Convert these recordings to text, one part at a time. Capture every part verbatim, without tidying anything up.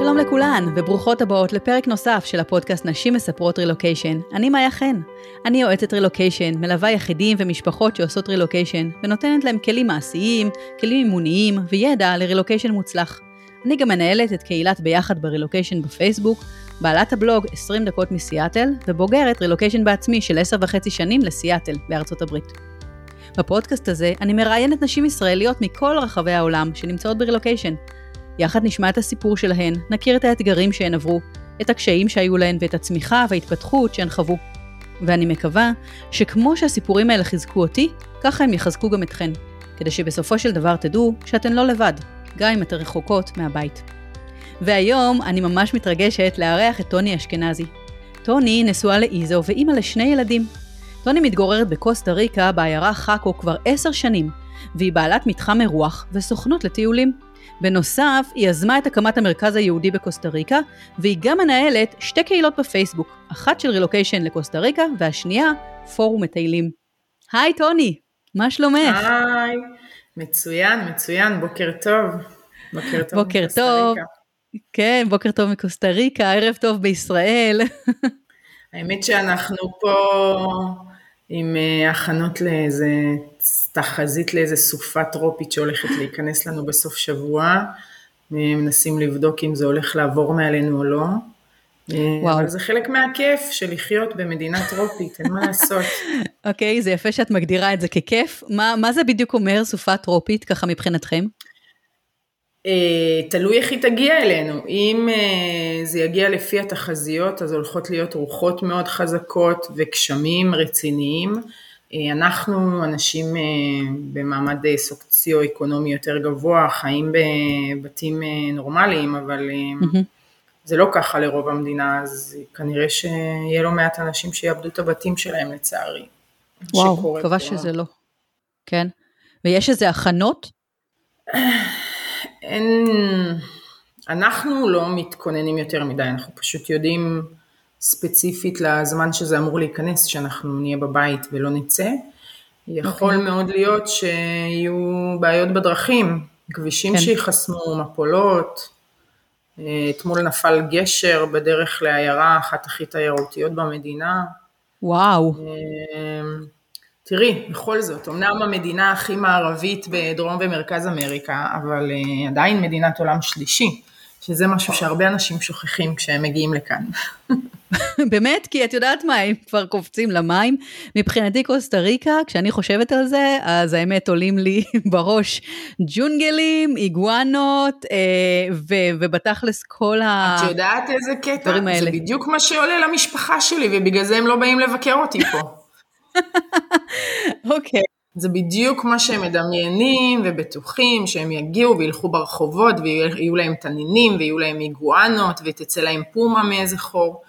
שלום לכולן, וברוכות הבאות לפרק נוסף של הפודקאסט נשים מספרות רילוקיישן. אני מאיה חן. אני יועצת רילוקיישן, מלווה יחידים ומשפחות שעושות רילוקיישן, ונותנת להם כלים מעשיים, כלים אימוניים וידע לרילוקיישן מוצלח. אני גם מנהלת את קהילת ביחד ברילוקיישן בפייסבוק, בעלת הבלוג עשרים דקות מסיאטל, ובוגרת רילוקיישן בעצמי של עשר וחצי שנים לסיאטל בארצות הברית. בפודקאסט הזה אני מראיינת נשים ישראליות מכל רחבי העולם שנמצאות ברילוקיישן. יחד נשמע את הסיפור שלהן, נכיר את האתגרים שהן עברו, את הקשיים שהיו להן ואת הצמיחה וההתפתחות שהן חוו. ואני מקווה שכמו שהסיפורים האלה חיזקו אותי, ככה הם יחזקו גם אתכן, כדי שבסופו של דבר תדעו שאתן לא לבד, גם אם אתן רחוקות מהבית. והיום אני ממש מתרגשת לארח את טוני אשכנזי. טוני נשואה לאיזו ואימא לשני ילדים. טוני מתגוררת בקוסטה ריקה בעיירה חאקו כבר עשר שנים, והיא בעלת מתחם אירוח וסוכנות לטיולים. בנוסף, היא יזמה את הקמת המרכז היהודי בקוסטה ריקה, והיא גם מנהלת שתי קהילות בפייסבוק, אחת של רילוקיישן לקוסטה ריקה, והשנייה פורום מטיילים. היי טוני, מה שלומך? היי, מצוין, מצוין, בוקר טוב. בוקר טוב בוקר טוב. כן, בוקר טוב מקוסטה ריקה, ערב טוב בישראל. האמת שאנחנו פה עם הכנות לאיזה תחזית לאיזה סופה טרופית שהולכת להיכנס לנו בסוף שבוע, מנסים לבדוק אם זה הולך לעבור מעלינו או לא. וואו. אבל זה חלק מהכיף של לחיות במדינה טרופית, אין מה לעשות. אוקיי, זה יפה שאת מגדירה את זה ככיף. מה, מה זה בדיוק אומר סופה טרופית ככה מבחינתכם? תלוי איך היא תגיע אלינו. אם זה יגיע לפי התחזיות, אז הולכות להיות רוחות מאוד חזקות וגשמים רציניים. אנחנו אנשים במעמד סוציו-אקונומי יותר גבוה, חיים בבתים נורמליים, אבל mm-hmm. זה לא ככה לרוב המדינה, אז כנראה שיהיה לא מעט אנשים שיאבדו את הבתים שלהם לצערי. וואו, מקווה שזה לא. כן. ויש איזה הכנות? אין, אנחנו לא מתכוננים יותר מדי, אנחנו פשוט יודעים ספציפית לזמן שזה אמור להיכנס, שאנחנו נהיה בבית ולא נצא. יכול okay. מאוד להיות שיהיו בעיות בדרכים, כבישים כן. שיחסמו, מפולות. אתמול נפל גשר בדרך לעיירה, אחת הכי תיירותיות במדינה. וואו. תראי, בכל זאת, אמנם המדינה הכי מערבית בדרום ומרכז אמריקה, אבל עדיין מדינת עולם שלישי, שזה משהו שהרבה אנשים שוכחים כשהם מגיעים לכאן. באמת? כי את יודעת מה, הם כבר קופצים למים. מבחינתי קוסטה ריקה, כשאני חושבת על זה, אז האמת עולים לי בראש ג'ונגלים, איגואנות, ו- ובתכלס כל ה... את יודעת איזה קטע? זה בדיוק מה שעולה למשפחה שלי, ובגלל זה הם לא באים לבקר אותי פה. אוקיי. זה בדיוק מה שהם מדמיינים ובטוחים, שהם יגיעו וילכו ברחובות, ויהיו להם תנינים, ויהיו להם איגואנות, ותצא להם פומה מאיזה חור.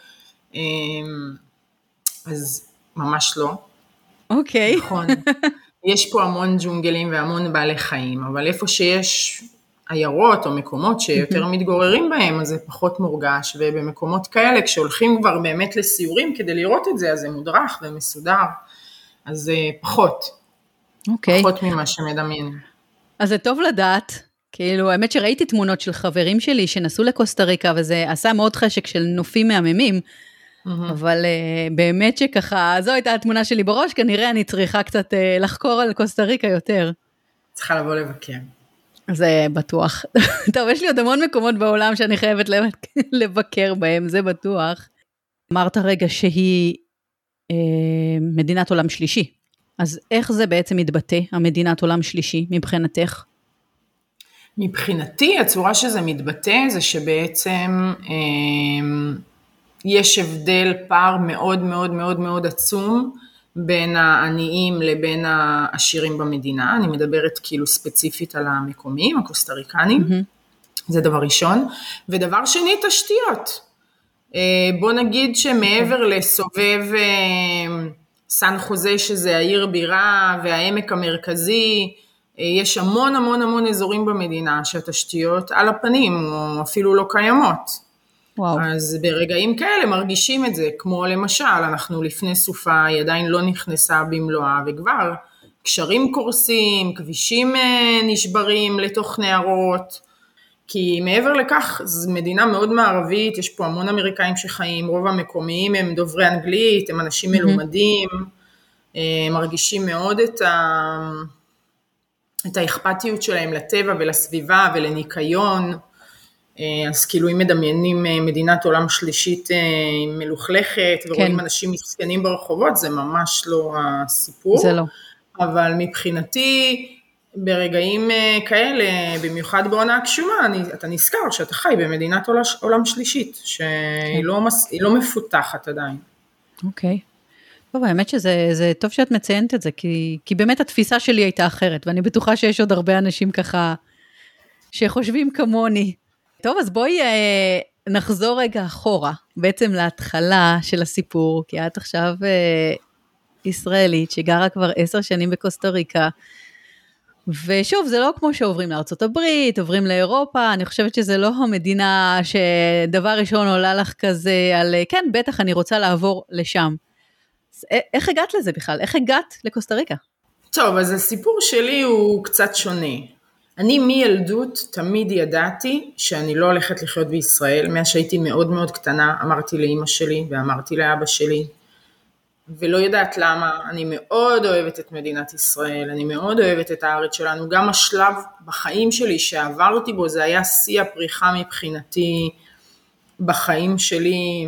אז ממש לא. אוקיי. נכון. יש פה המון ג'ונגלים והמון בעלי חיים, אבל איפה שיש עיירות או מקומות שיותר מתגוררים בהם, אז זה פחות מורגש, ובמקומות כאלה, כשהולכים כבר באמת לסיורים כדי לראות את זה, אז זה מודרך ומסודר, אז זה פחות. אוקיי. פחות ממה שמדמיין. אז זה טוב לדעת, כאילו, האמת שראיתי תמונות של חברים שלי שנסעו לקוסטה ריקה, וזה עשה מאוד חשק של נופים מהממים, אבל uh, באמת שככה, זו הייתה התמונה שלי בראש, כנראה אני צריכה קצת uh, לחקור על קוסטה ריקה יותר. צריכה לבוא לבקר. זה בטוח. טוב, יש לי עוד המון מקומות בעולם שאני חייבת לבקר בהם, זה בטוח. אמרת רגע שהיא uh, מדינת עולם שלישי, אז איך זה בעצם מתבטא, המדינת עולם שלישי, מבחינתך? מבחינתי, הצורה שזה מתבטא, זה שבעצם אה, יש הבדל פער מאוד מאוד מאוד מאוד עצום, בין העניים לבין העשירים במדינה. אני מדברת כאילו ספציפית על המקומים, הקוסטה ריקנים, mm-hmm. זה דבר ראשון. ודבר שני, תשתיות. אה, בוא נגיד שמעבר לסובב... אה, סן חוזה שזה העיר בירה והעמק המרכזי, יש המון המון המון אזורים במדינה שהתשתיות על הפנים או אפילו לא קיימות. וואו. אז ברגעים כאלה מרגישים את זה, כמו למשל, אנחנו לפני סופה, היא עדיין לא נכנסה במלואה, וכבר קשרים קורסים, כבישים נשברים לתוך נערות, כי מעבר לכך, זו מדינה מאוד מערבית, יש פה המון אמריקאים שחיים, רוב המקומיים הם דוברי אנגלית, הם אנשים מלומדים, מרגישים מאוד את ה... את האכפתיות שלהם לטבע ולסביבה ולניקיון, אז כאילו אם מדמיינים מדינת עולם שלישית מלוכלכת, ורואים כן. אנשים מסכנים ברחובות, זה ממש לא הסיפור. זה לא. אבל מבחינתי, ברגעים כאלה, במיוחד בעונה הקשומה, אני, אתה נזכר שאתה חי במדינת עולם שלישית, שהיא כן. לא, לא מפותחת עדיין. אוקיי. טוב, האמת שזה זה טוב שאת מציינת את זה, כי, כי באמת התפיסה שלי הייתה אחרת, ואני בטוחה שיש עוד הרבה אנשים ככה, שחושבים כמוני. טוב, אז בואי אה, נחזור רגע אחורה, בעצם להתחלה של הסיפור, כי את עכשיו אה, ישראלית, שגרה כבר עשר שנים בקוסטה ריקה, ושוב, זה לא כמו שעוברים לארצות הברית, עוברים לאירופה, אני חושבת שזה לא המדינה שדבר ראשון עולה לך כזה, על כן, בטח אני רוצה לעבור לשם. איך הגעת לזה בכלל? איך הגעת לקוסטה ריקה? טוב, אז הסיפור שלי הוא קצת שונה. אני מילדות תמיד ידעתי שאני לא הולכת לחיות בישראל, מאז שהייתי מאוד מאוד קטנה, אמרתי לאמא שלי ואמרתי לאבא שלי, ולא יודעת למה, אני מאוד אוהבת את מדינת ישראל, אני מאוד אוהבת את הארץ שלנו, גם השלב בחיים שלי שעברתי בו, זה היה שיא הפריחה מבחינתי בחיים שלי,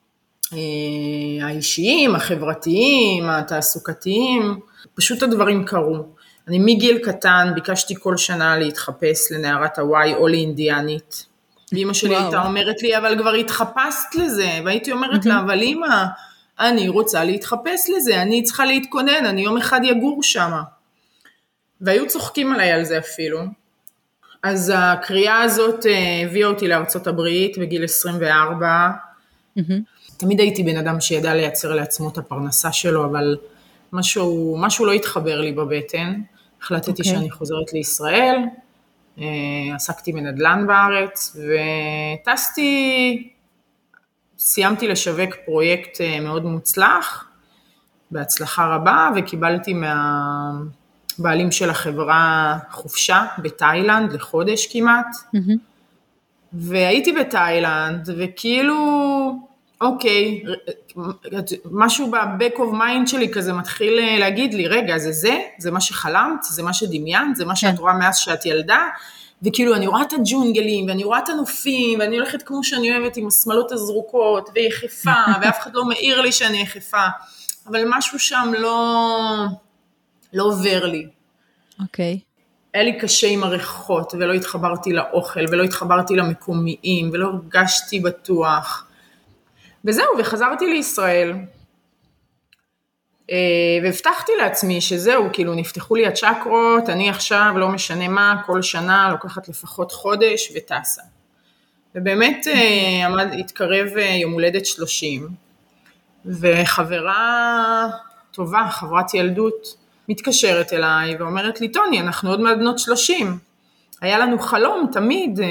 האישיים, החברתיים, התעסוקתיים, פשוט הדברים קרו. אני מגיל קטן ביקשתי כל שנה להתחפש לנערת הוואי או לאינדיאנית, ואמא שלי וואו. הייתה אומרת לי, אבל כבר התחפשת לזה, והייתי אומרת לה, אבל אמא, אני רוצה להתחפש לזה, אני צריכה להתכונן, אני יום אחד יגור שם. והיו צוחקים עליי על זה אפילו. אז הקריאה הזאת הביאה אותי לארצות הברית בגיל עשרים וארבע, תמיד הייתי בן אדם שידע לייצר לעצמו את הפרנסה שלו, אבל משהו, משהו לא התחבר לי בבטן. החלטתי okay. שאני חוזרת לישראל, עסקתי בנדל"ן בארץ, וטסתי, סיימתי לשווק פרויקט מאוד מוצלח, בהצלחה רבה, וקיבלתי מהבעלים של החברה חופשה בתאילנד לחודש כמעט, mm-hmm. והייתי בתאילנד, וכאילו... אוקיי, משהו ב-back of mind שלי כזה מתחיל להגיד לי, רגע, זה זה? זה מה שחלמת? זה מה שדמיינת? זה מה שאת רואה מאז שאת ילדה? וכאילו, אני רואה את הג'ונגלים, ואני רואה את הנופים, ואני הולכת כמו שאני אוהבת עם השמלות הזרוקות, ויחפה, ואף אחד לא מעיר לי שאני יחפה, אבל משהו שם לא, לא עובר לי. אוקיי. היה לי קשה עם הריחות, ולא התחברתי לאוכל, ולא התחברתי למקומיים, ולא הרגשתי בטוח. וזהו, וחזרתי לישראל, והבטחתי לעצמי שזהו, כאילו נפתחו לי הצ'קרות, אני עכשיו לא משנה מה, כל שנה לוקחת לפחות חודש וטסה. ובאמת עמד, התקרב יום הולדת שלושים, וחברה טובה, חברת ילדות, מתקשרת אליי ואומרת לי, טוני, אנחנו עוד מעט בנות שלושים, היה לנו חלום תמיד,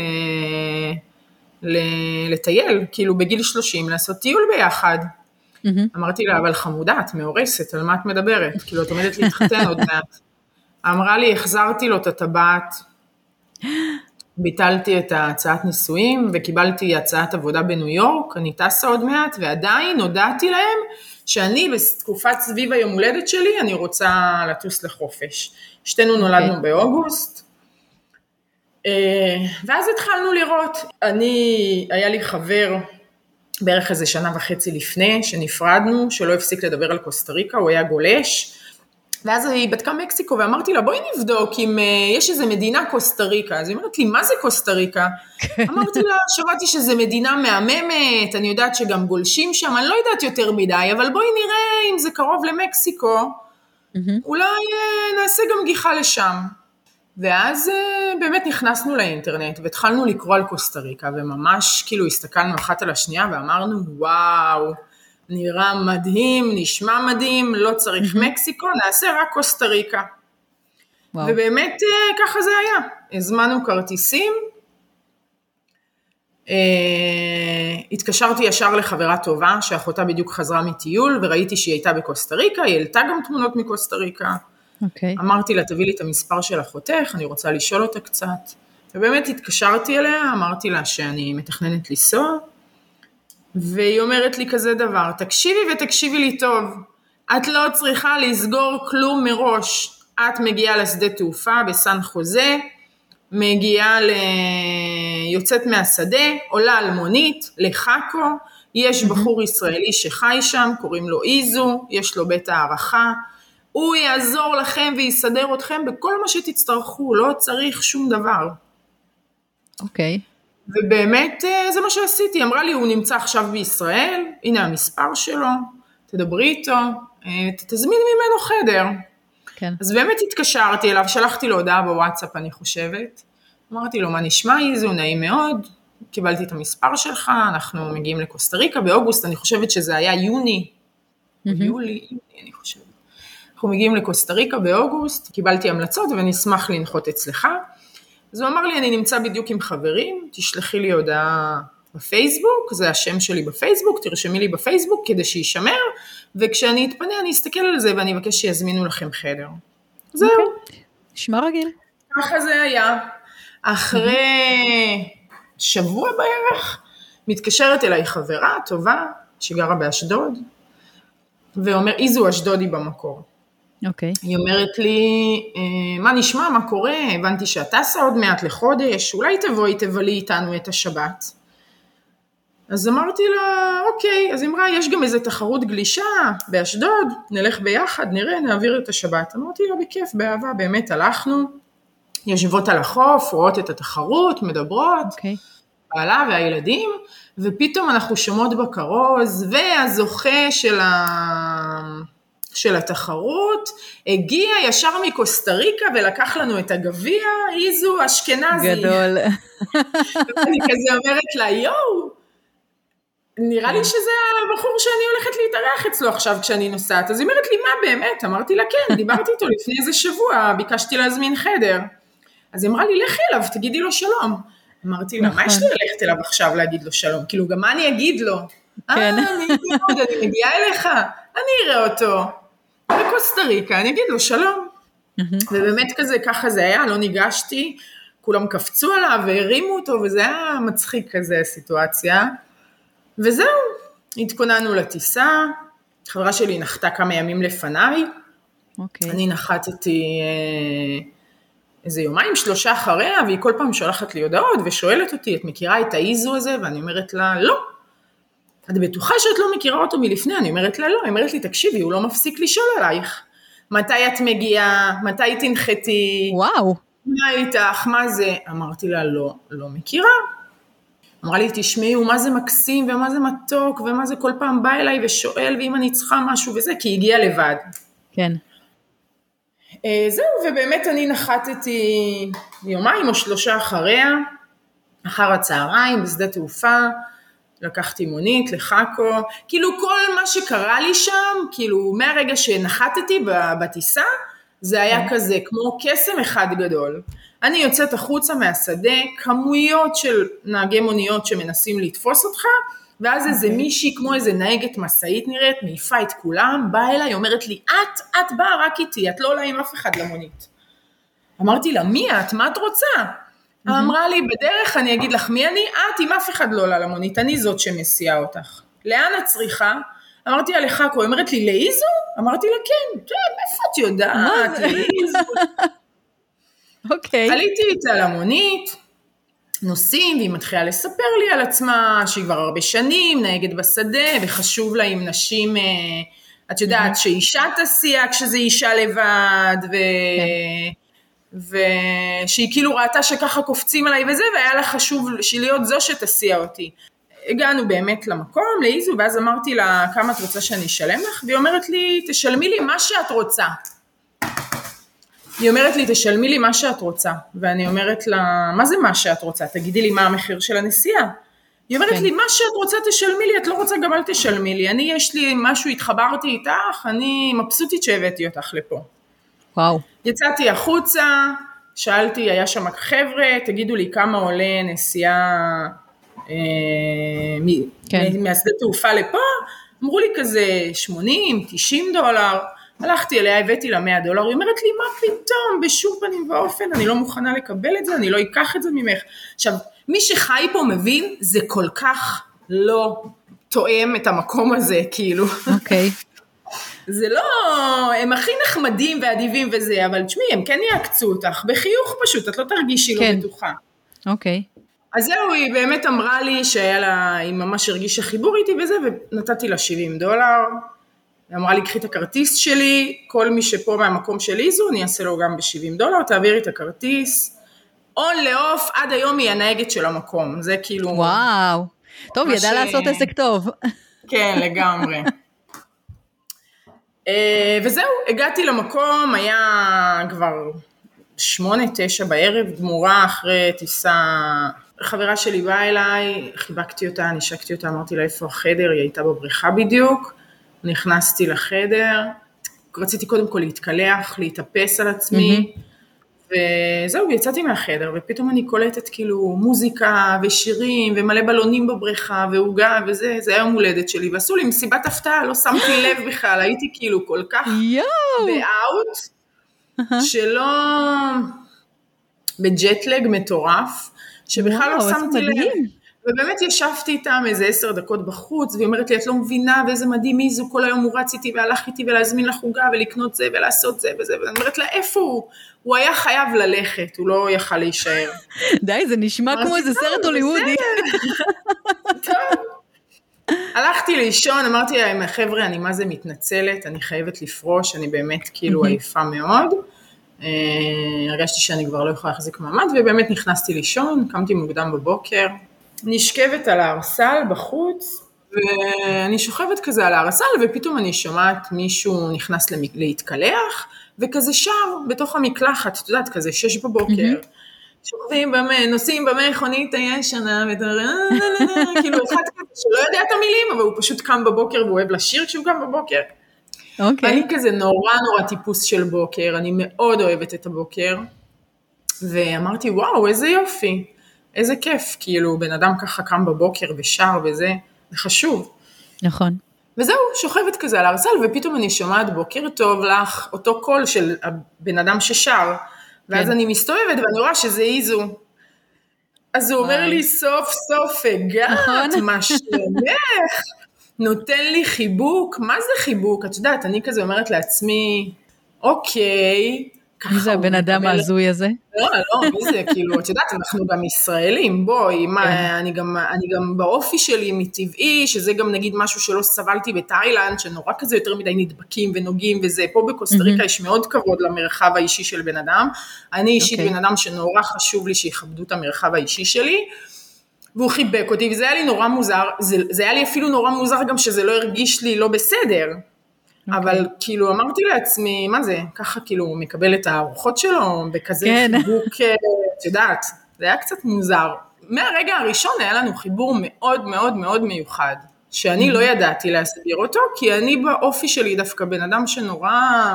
לטייל, כאילו בגיל שלושים, לעשות טיול ביחד. Mm-hmm. אמרתי לה, אבל חמודה, את מאורסת, על מה את מדברת? כאילו, את עומדת להתחתן עוד מעט. אמרה לי, החזרתי לו את הטבעת, ביטלתי את הצעת נישואים, וקיבלתי הצעת עבודה בניו יורק, אני טסה עוד מעט, ועדיין הודעתי להם, שאני בתקופת סביב היום הולדת שלי, אני רוצה לטוס לחופש. שתינו נולדנו okay. באוגוסט, ואז התחלנו לראות, אני, היה לי חבר בערך איזה שנה וחצי לפני שנפרדנו, שלא הפסיק לדבר על קוסטה ריקה, הוא היה גולש, ואז היא בדקה מקסיקו ואמרתי לה, בואי נבדוק אם יש איזה מדינה קוסטה ריקה, אז היא אומרת לי, מה זה קוסטה ריקה? אמרתי לה, שמעתי שזה מדינה מהממת, אני יודעת שגם גולשים שם, אני לא יודעת יותר מדי, אבל בואי נראה אם זה קרוב למקסיקו, אולי נעשה גם גיחה לשם. ואז באמת נכנסנו לאינטרנט, והתחלנו לקרוא על קוסטה ריקה, וממש כאילו הסתכלנו אחת על השנייה, ואמרנו, וואו, נראה מדהים, נשמע מדהים, לא צריך מקסיקו, נעשה רק קוסטה ריקה. וואו. ובאמת ככה זה היה, הזמנו כרטיסים, התקשרתי ישר לחברה טובה, שאחותה בדיוק חזרה מטיול, וראיתי שהיא הייתה בקוסטה ריקה, היא העלתה גם תמונות מקוסטה ריקה, Okay. אמרתי לה, תביא לי את המספר של אחותך, אני רוצה לשאול אותה קצת, ובאמת התקשרתי אליה, אמרתי לה שאני מתכננת לנסוע, והיא אומרת לי כזה דבר, תקשיבי ותקשיבי לי טוב, את לא צריכה לסגור כלום מראש, את מגיעה לשדה תעופה בסן חוזה, מגיעה ל... יוצאת מהשדה, עולה על מונית, לחאקו, יש בחור ישראלי שחי שם, קוראים לו איזו, יש לו בית הערכה, הוא יעזור לכם ויסדר אתכם בכל מה שתצטרכו, לא צריך שום דבר. אוקיי. Okay. ובאמת זה מה שעשיתי, אמרה לי, הוא נמצא עכשיו בישראל, הנה המספר שלו, תדברי איתו, תזמיני ממנו חדר. כן. אז באמת התקשרתי אליו, שלחתי לו הודעה בוואטסאפ, אני חושבת, אמרתי לו, מה נשמע איזו, נעים מאוד, קיבלתי את המספר שלך, אנחנו מגיעים לקוסטה ריקה באוגוסט, אני חושבת שזה היה יוני, mm-hmm. יולי, יוני, אני חושבת. אנחנו מגיעים לקוסטה ריקה באוגוסט, קיבלתי המלצות ואני אשמח לנחות אצלך. אז הוא אמר לי, אני נמצא בדיוק עם חברים, תשלחי לי הודעה בפייסבוק, זה השם שלי בפייסבוק, תרשמי לי בפייסבוק כדי שישמר, וכשאני אתפנה אני אסתכל על זה ואני אבקש שיזמינו לכם חדר. זהו. Okay. נשמע רגיל. ככה זה היה. אחרי שבוע בערך, מתקשרת אליי חברה טובה, שגרה באשדוד, ואומר, איזו אשדודי במקור. אוקיי. היא אומרת לי, מה נשמע, מה קורה? הבנתי שאת טסה עוד מעט לחודש, אולי תבואי, תבלי איתנו את השבת. אז אמרתי לה, אוקיי, אז אמרה, יש גם איזו תחרות גלישה באשדוד, נלך ביחד, נראה, נעביר את השבת. אמרתי לה, בכיף, באהבה, באמת הלכנו, יושבות על החוף, רואות את התחרות, מדברות, אוקיי. בעלה והילדים, ופתאום אנחנו שומעות בכרוז, והזוכה של ה... של התחרות, הגיע ישר מקוסטה ריקה ולקח לנו את הגביע, איזו אשכנזי. גדול. ואני כזה אומרת לה, יואו, נראה לי שזה הבחור שאני הולכת להתארח אצלו עכשיו כשאני נוסעת. אז היא אומרת לי, מה באמת? אמרתי לה, כן, דיברתי איתו לפני איזה שבוע, ביקשתי להזמין חדר. אז היא אמרה לי, לכי אליו, תגידי לו שלום. אמרתי לה, מה יש לי ללכת אליו עכשיו להגיד לו שלום? כאילו, גם מה אני אגיד לו? כן. אה, אני אני מגיעה אליך, אני אראה אותו. בקוסטה ריקה, אני אגיד לו שלום. ובאמת כזה, ככה זה היה, לא ניגשתי, כולם קפצו עליו והרימו אותו, וזה היה מצחיק כזה הסיטואציה. וזהו, התכוננו לטיסה, חברה שלי נחתה כמה ימים לפניי, okay. אני נחתתי איזה יומיים, שלושה אחריה, והיא כל פעם שולחת לי הודעות ושואלת אותי, את מכירה את האיזו הזה? ואני אומרת לה, לא. את בטוחה שאת לא מכירה אותו מלפני? אני אומרת לה, לא. היא אומרת לי, תקשיבי, הוא לא מפסיק לשאול עלייך. מתי את מגיעה? מתי תנחתי? וואו. מה איתך? מה זה? אמרתי לה, לא, לא מכירה. אמרה לי, תשמעו, מה זה מקסים, ומה זה מתוק, ומה זה כל פעם בא אליי ושואל, ואם אני צריכה משהו וזה, כי היא הגיעה לבד. כן. זהו, ובאמת אני נחתתי יומיים או שלושה אחריה, אחר הצהריים, בשדה תעופה, לקחתי מונית לחאקו, כאילו כל מה שקרה לי שם, כאילו מהרגע שנחתתי בטיסה, זה היה כזה, כמו קסם אחד גדול. אני יוצאת החוצה מהשדה, כמויות של נהגי מוניות שמנסים לתפוס אותך, ואז okay. איזה מישהי, כמו איזה נהגת מסעית נראית, מעיפה את כולם, באה אליי, אומרת לי, את, את באה רק איתי, את לא עולה עם אף אחד למונית. אמרתי לה, מי את? מה את רוצה? Mm-hmm. אמרה לי, בדרך אני אגיד לך, מי אני? את, עם אף אחד לא עולה למונית, אני זאת שמסיעה אותך. לאן את צריכה? אמרתי לה, לחאקו, אומרת לי, לאיזו? אמרתי לה, כן, איפה את יודעת? לאיזו? אוקיי. עליתי איתה למונית, נוסעים, והיא מתחילה לספר לי על עצמה, שהיא כבר הרבה שנים, נהגת בשדה, וחשוב לה עם נשים, את יודעת, שאישה תסיע כשזה אישה לבד, ו... ושהיא כאילו ראתה שככה קופצים עליי וזה, והיה לה חשוב להיות זו שתסיע אותי. הגענו באמת למקום, לאיזו, ואז אמרתי לה, כמה את רוצה שאני אשלם לך? והיא אומרת לי, תשלמי לי מה שאת רוצה. היא אומרת לי, תשלמי לי מה שאת רוצה, ואני אומרת לה, מה זה מה שאת רוצה? תגידי לי מה המחיר של הנסיעה. היא אומרת כן. לי, מה שאת רוצה תשלמי לי, את לא רוצה גם אל תשלמי לי, אני יש לי משהו, התחברתי איתך, אני מבסוטית שהבאתי אותך לפה. וואו. יצאתי החוצה, שאלתי, היה שם חבר'ה, תגידו לי כמה עולה נסיעה אה, מ- כן. מהשדה תעופה לפה, אמרו לי כזה שמונים, תשעים דולר, הלכתי אליה, הבאתי לה מאה דולר, היא אומרת לי, מה פתאום, בשום פנים ואופן, אני לא מוכנה לקבל את זה, אני לא אקח את זה ממך. עכשיו, מי שחי פה מבין, זה כל כך לא תואם את המקום הזה, כאילו. אוקיי. זה לא, הם הכי נחמדים ואדיבים וזה, אבל תשמעי, הם כן יעקצו אותך, בחיוך פשוט, את לא תרגישי לא בטוחה. אוקיי. אז זהו, היא באמת אמרה לי שהיה לה, היא ממש הרגישה חיבור איתי וזה, ונתתי לה שבעים דולר, היא אמרה לי, קחי את הכרטיס שלי, כל מי שפה מהמקום של איזו, אני אעשה לו גם ב-שבעים דולר, תעבירי את הכרטיס, און לאוף, עד היום היא הנהגת של המקום, זה כאילו... וואו, טוב, ידע ש... לעשות עסק טוב. כן, לגמרי. וזהו, הגעתי למקום, היה כבר שמונה, תשע בערב, גמורה אחרי טיסה, חברה שלי באה אליי, חיבקתי אותה, נשקתי אותה, אמרתי לה איפה החדר, היא הייתה בבריכה בדיוק, נכנסתי לחדר, רציתי קודם כל להתקלח, להתאפס על עצמי, וזהו, יצאתי מהחדר, ופתאום אני קולטת כאילו מוזיקה ושירים, ומלא בלונים בבריכה, והוגה וזה, זה היה יום הולדת שלי, ועשו לי מסיבת הפתעה, לא שמתי לב בכלל, הייתי כאילו כל כך באוט, שלא, בג'טלג מטורף, שבכלל לא שמתי לב, ובאמת ישבתי איתם איזה עשר דקות בחוץ, והיא אומרת לי, את לא מבינה, ואיזה מדהים איזו, כל היום הוא רץ איתי, והלך איתי, ולהזמין לחוגה, ולקנות זה, ולעשות זה, וזה, ואני אומרת לה, איפה הוא? הוא היה חייב ללכת, הוא לא יכל להישאר. די, זה נשמע כמו איזה סרט הוליוודי. טוב. הלכתי לישון, אמרתי להם, חבר'ה, אני מה זה מתנצלת, אני חייבת לפרוש, אני באמת כאילו עייפה מאוד, הרגשתי שאני כבר לא יכולה להחזיק מעמד, ובאמת נכנסתי לישון, קמתי מוקדם בבוקר, נשכבת על הארסל בחוץ, ואני שוכבת כזה על הארסל, ופתאום אני שומעת מישהו נכנס להתקלח, וכזה שר בתוך המקלחת, את יודעת, כזה שש בבוקר, שוכבים במי, נוסעים במכונית הישנה, כאילו אחד כזה שלא יודע את המילים, אבל הוא פשוט קם בבוקר, והוא אוהב לשיר כשהוא קם בבוקר. אני כזה נורא נורא טיפוס של בוקר, אני מאוד אוהבת את הבוקר, ואמרתי, וואו, איזה יופי. איזה כיף, כאילו, בן אדם ככה קם בבוקר ושר וזה, זה חשוב. נכון. וזהו, שוכבת כזה על הרסל, ופתאום אני שומעת בוקר טוב לך, אותו קול של הבן אדם ששר, ואז כן. אני מסתובבת ואני רואה שזה איזו. אז הוא אומר לי, סוף סוף הגעת, נכון. מה שלומך? נותן לי חיבוק, מה זה חיבוק? את יודעת, אני כזה אומרת לעצמי, אוקיי, מי זה הבן אדם העזוי הזה? לא, לא, מי זה, כאילו, את יודעת, אנחנו גם ישראלים, בואי, אני גם באופי שלי מטבעי, שזה גם נגיד משהו שלא סבלתי בתאילנד, שנורא כזה יותר מדי נדבקים ונוגעים וזה, פה בקוסטה ריקה יש מאוד כבוד למרחב האישי של בן אדם, אני אישית בן אדם שנורא חשוב לי שיכבדו את המרחב האישי שלי, והוא חיבק אותי, וזה היה לי נורא מוזר, זה היה לי אפילו נורא מוזר גם שזה לא הרגיש לי לא בסדר, אבל כאילו אמרתי לעצמי, מה זה? ככה כאילו הוא מקבל את הארוחות שלו, בכזה חיבוק, את יודעת, זה היה קצת מוזר. מהרגע הראשון היה לנו חיבור מאוד מאוד מאוד מיוחד, שאני לא ידעתי להסביר אותו, כי אני באופי שלי דווקא בן אדם שנורא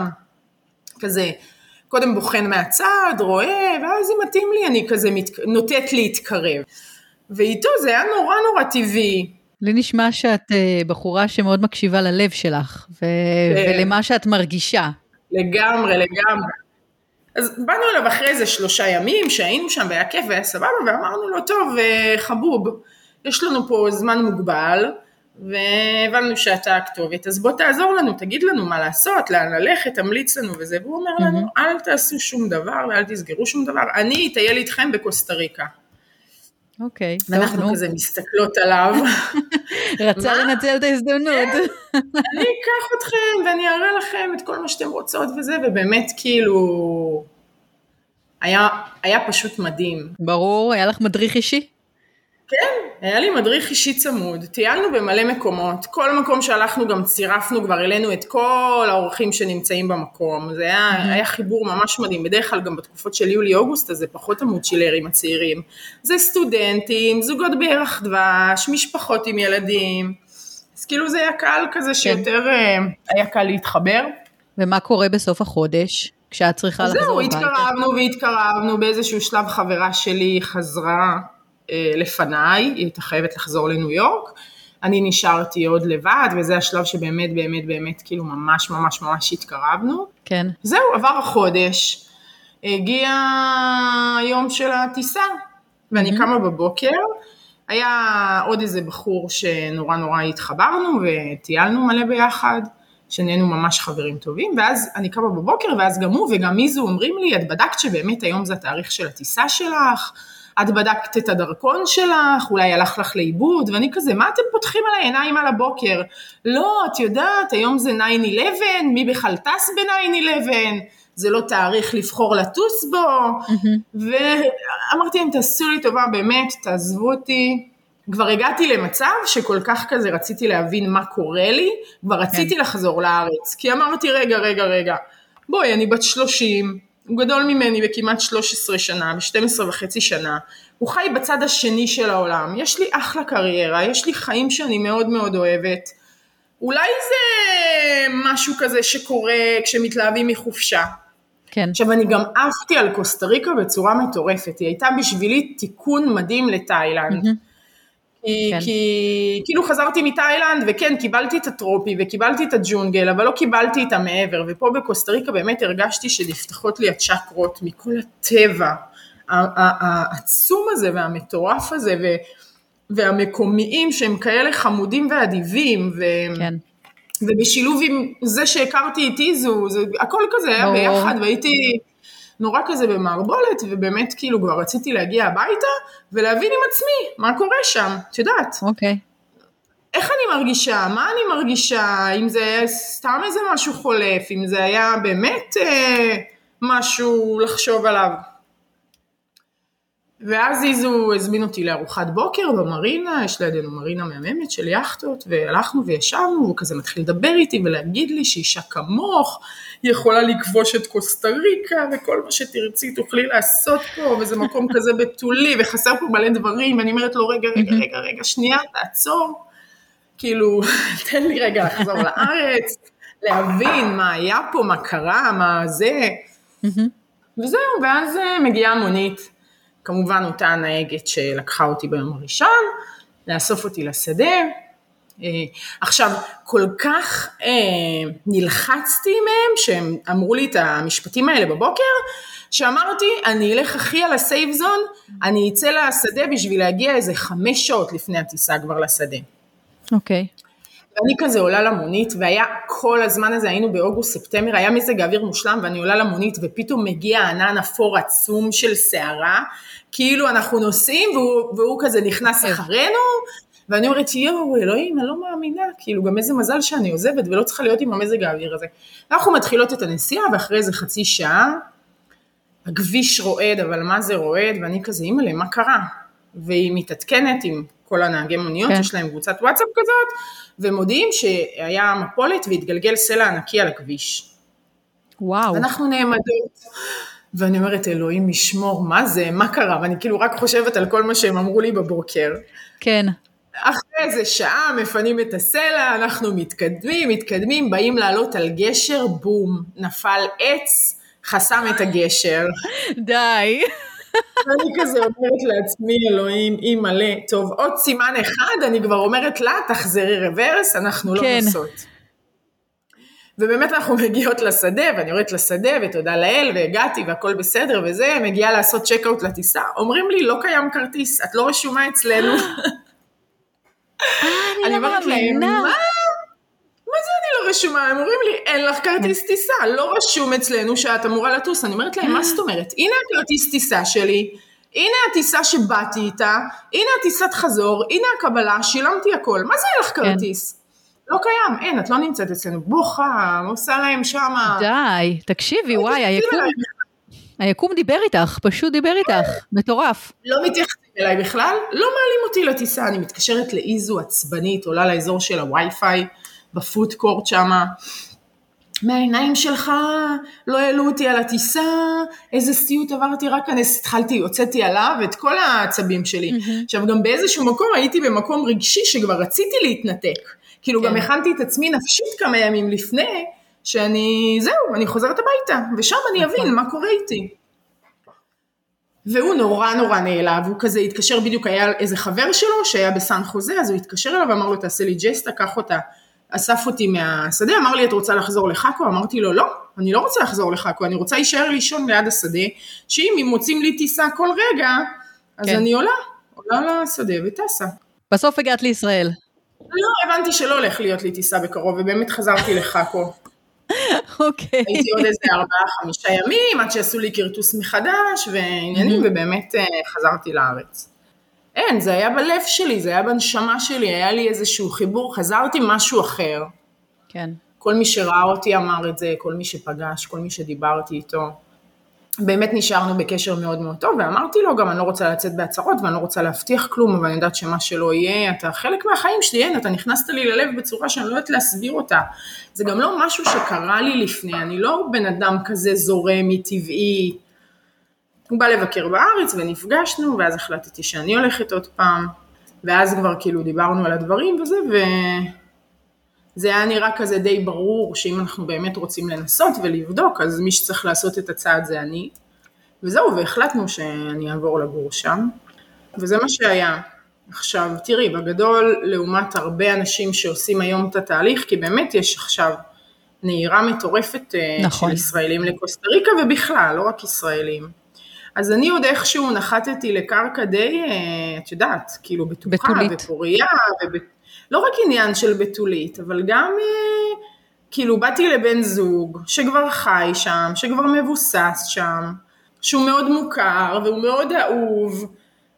כזה, קודם בוחן מהצד, רואה, ואז זה מתאים לי, אני כזה נוטט להתקרב. ואיתו זה היה נורא נורא טבעי. לי נשמע שאת בחורה שמאוד מקשיבה ללב שלך, ו- ולמה שאת מרגישה. לגמרי, לגמרי. אז באנו אליו אחרי איזה שלושה ימים, שהיינו שם והיה כיף והיה סבבה, ואמרנו לו, טוב, חבוב, יש לנו פה זמן מוגבל, והבנו שאתה הכתובת, אז בוא תעזור לנו, תגיד לנו מה לעשות, לאן ללכת, תמליץ לנו וזה, והוא אומר לנו, אל תעשו שום דבר, ואל תסגרו שום דבר, אני אטייל איתכם בקוסטה ריקה. אוקיי. ואנחנו כזה מסתכלות עליו. רצה לנצל את ההזדמנות. אני אקח אתכם ואני אראה לכם את כל מה שאתם רוצות וזה, ובאמת כאילו, היה פשוט מדהים. ברור, היה לך מדריך אישי? כן, היה לי מדריך אישי צמוד, טיילנו במלא מקומות, כל מקום שהלכנו גם צירפנו, כבר אלינו את כל האורחים שנמצאים במקום, זה היה, היה חיבור ממש מדהים, בדרך כלל גם בתקופות של יולי-אוגוסט, אז זה פחות המוצ'ילרים הצעירים, זה סטודנטים, זוגות בירח דבש, משפחות עם ילדים, אז כאילו זה היה קהל כזה שיותר היה קל להתחבר. ומה קורה בסוף החודש, כשאת צריכה לחזור הביתה? זהו, התקרבנו והתקרבנו, באיזשהו שלב חברה שלי חזרה, לפניי, היא הייתה חייבת לחזור לניו יורק, אני נשארתי עוד לבד, וזה השלב שבאמת, באמת, באמת, כאילו ממש, ממש, ממש התקרבנו. כן. זהו, עבר החודש, הגיע היום של הטיסה, ואני mm-hmm. קמה בבוקר, היה עוד איזה בחור שנורא נורא התחברנו, וטיילנו מלא ביחד, שנהיינו ממש חברים טובים, ואז אני קמה בבוקר, ואז גם הוא וגם מיזו אומרים לי, את בדקת שבאמת היום זה התאריך של הטיסה שלך, את בדקת את הדרכון שלך, אולי הלך לך לאיבוד, ואני כזה, מה אתם פותחים על העיניים על הבוקר? לא, את יודעת, היום זה תשע אחת עשרה, מי בכלל טס ב-תשע אחת עשרה? זה לא תאריך לבחור לטוס בו, mm-hmm. ואמרתי להם, תעשו לי טובה, באמת, תעזבו אותי. כבר הגעתי למצב שכל כך כזה רציתי להבין מה קורה לי, כבר רציתי כן. לחזור לארץ, כי אמרתי, רגע, רגע, רגע, בואי, אני בת שלושים, הוא גדול ממני בכמעט שלוש עשרה שנה, ב-שתים עשרה וחצי שנה, הוא חי בצד השני של העולם, יש לי אחלה קריירה, יש לי חיים שאני מאוד מאוד אוהבת, אולי זה משהו כזה שקורה כשמתלהבים מחופשה. כן. עכשיו אני גם עפתי על קוסטה ריקה בצורה מטורפת, היא הייתה בשבילי תיקון מדהים לתאילנד, כי, כן. כי כאילו חזרתי מתאילנד וכן קיבלתי את הטרופי וקיבלתי את הג'ונגל, אבל לא קיבלתי את המעבר, ופה בקוסטה ריקה באמת הרגשתי שנפתחות לי הצ'קרות מכל הטבע, העצום הזה והמטורף הזה, ו, והמקומיים שהם כאלה חמודים ואדיבים, ו... כן. ובשילוב עם זה שהכרתי איתי זו, זה, הכל כזה היה ביחד, והייתי נורא כזה במערבולת, ובאמת כאילו כבר רציתי להגיע הביתה, ולהבין עם עצמי מה קורה שם, את יודעת? אוקיי. איך אני מרגישה, מה אני מרגישה, אם זה היה סתם איזה משהו חולף, אם זה היה באמת אה, משהו לחשוב עליו. ואז איזו הזמין אותי לארוחת בוקר במרינה, יש לידינו מרינה מהממת של יחטות, והלכנו וישבנו, והוא כזה מתחיל לדבר איתי ולהגיד לי שאישה כמוך, היא יכולה לכבוש את קוסטה ריקה, וכל מה שתרצי תוכלי לעשות פה, וזה מקום כזה בתולי, וחסר פה מלא דברים, ואני אומרת לו, רגע, רגע, רגע, רגע, שנייה, תעצור, כאילו, תן לי רגע לחזור לארץ, להבין מה היה פה, מה קרה, מה זה, וזהו, ואז מגיעה מונית, כמובן אותה הנהגת שלקחה אותי ביום הראשון, לאסוף אותי לשדה. עכשיו, כל כך אה, נלחצתי מהם, שהם אמרו לי את המשפטים האלה בבוקר, שאמרתי, אני אלך הכי על הסייב זון, אני אצא לשדה בשביל להגיע איזה חמש שעות לפני הטיסה כבר לשדה. אוקיי. Okay. ואני כזה עולה למונית, והיה כל הזמן הזה, היינו באוגוסט ספטמבר, היה מזג האוויר מושלם, ואני עולה למונית, ופתאום מגיע ענן אפור עצום של שערה, כאילו אנחנו נוסעים, והוא, והוא כזה נכנס אחרינו, ואני אומרת, יואו, אלוהים, אני לא מאמינה, כאילו גם איזה מזל שאני עוזבת, ולא צריכה להיות עם המזג האוויר הזה. אנחנו מתחילות את הנסיעה, ואחרי איזה חצי שעה, הכביש רועד, אבל מה זה רועד? ואני כזה, אימא'לה, מה קרה? והיא מתעדכנת עם כל הנהגי מוניות, כן. יש להם קבוצת וואטסאפ כזאת, ומודיעים שהיה מפולת והתגלגל סלע ענקי על הכביש. וואו. ואנחנו נעמדות, ואני אומרת, אלוהים משמור, מה זה, מה קרה? ואני כאילו רק חושבת על כל מה שהם אמרו לי בבוקר. כן. אחרי איזה שעה מפנים את הסלע, אנחנו מתקדמים, מתקדמים, באים לעלות על גשר, בום, נפל עץ, חסם את הגשר. די. ואני כזה אומרת לעצמי, אלוהים, אי מלא, טוב, עוד סימן אחד, אני כבר אומרת לה, תחזרי רוורס, אנחנו לא כן. נוסעות. ובאמת אנחנו מגיעות לשדה, ואני אומרת לשדה, ותודה לאל, והגעתי, והכל בסדר, וזה, מגיעה לעשות צ'ק-אוט לטיסה, אומרים לי, לא קיים כרטיס, את לא רשומה אצלנו. אני לא מאמינה. מה? מה זה אני לא רשומה? הם אומרים לי, אין לך כרטיס טיסה, לא רשום אצלנו שאת אמורה לטוס. אני אומרת להם, מה זאת אומרת? הנה הכרטיס טיסה שלי, הנה הטיסה שבאתי איתה, הנה הטיסת חזור, הנה הקבלה, שילמתי הכל. מה זה אין לך כרטיס? לא קיים, אין, את לא נמצאת אצלנו. בוכה, עושה להם שמה. די, תקשיבי, וואי, היקום, היקום דיבר איתך, פשוט דיבר איתך, מטורף. לא מתייחסים אליי בכלל, לא מעלים אותי לטיסה, אני מתקשרת לאיזו עצבנית, עולה לאזור של הווי-פיי, בפוד קורט שמה, מהעיניים שלך, לא העלו אותי על הטיסה, איזה סיוט עברתי, רק אני התחלתי, הוצאתי עליו את כל העצבים שלי. Mm-hmm. עכשיו גם באיזשהו מקום, הייתי במקום רגשי שכבר רציתי להתנתק, כאילו כן. גם הכנתי את עצמי נפשית כמה ימים לפני, שאני, זהו, אני חוזרת הביתה, ושם אני אבין מה קורה איתי. והוא נורא נורא נעלב, הוא כזה התקשר, בדיוק היה איזה חבר שלו שהיה בסן חוזה, אז הוא התקשר אליו ואמר לו, תעשה לי ג'סטה, קח אותה, אסף אותי מהשדה, אמר לי, את רוצה לחזור לחכו? אמרתי לו, לא, אני לא רוצה לחזור לחכו, אני רוצה להישאר לישון ליד השדה, שאם מוצאים לי טיסה כל רגע, אז כן. אני עולה, עולה לשדה וטסה. בסוף הגעת לישראל. לא, הבנתי שלא הולך להיות לי טיסה בקרוב, ובאמת חזרתי לחכו. אוקיי. הייתי עוד איזה ארבעה, חמישה ימים, עד שעשו לי קרטוס מחדש, ועניינים, ובאמת חזרתי לארץ. אין, זה היה בלב שלי, זה היה בנשמה שלי, היה לי איזשהו חיבור, חזרתי משהו אחר. כן. כל מי שראה אותי אמר את זה, כל מי שפגש, כל מי שדיברתי איתו. באמת נשארנו בקשר מאוד מאוד טוב, ואמרתי לו גם, אני לא רוצה לצאת בהצהרות, ואני לא רוצה להבטיח כלום, אבל אני יודעת שמה שלא יהיה, אתה חלק מהחיים שלי, אין, אתה נכנסת לי ללב בצורה שאני לא יודעת להסביר אותה. זה גם לא משהו שקרה לי לפני, אני לא בן אדם כזה זורם, טבעי. הוא בא לבקר בארץ ונפגשנו, ואז החלטתי שאני הולכת עוד פעם, ואז כבר כאילו דיברנו על הדברים וזה, וזה היה נראה כזה די ברור, שאם אנחנו באמת רוצים לנסות ולבדוק, אז מי שצריך לעשות את הצעד זה אני, וזהו, והחלטנו שאני אעבור לגור שם, וזה מה שהיה. עכשיו, תראי, בגדול, לעומת הרבה אנשים שעושים היום את התהליך, כי באמת יש עכשיו נהירה מטורפת נכון. של ישראלים לקוסטה ריקה, ובכלל, לא רק ישראלים. אז אני עוד איכשהו נחתתי לקרקע די, את יודעת, כאילו בטוחה ופוריה, ובט... לא רק עניין של בתולית, אבל גם כאילו באתי לבן זוג שכבר חי שם, שכבר מבוסס שם, שהוא מאוד מוכר והוא מאוד אהוב,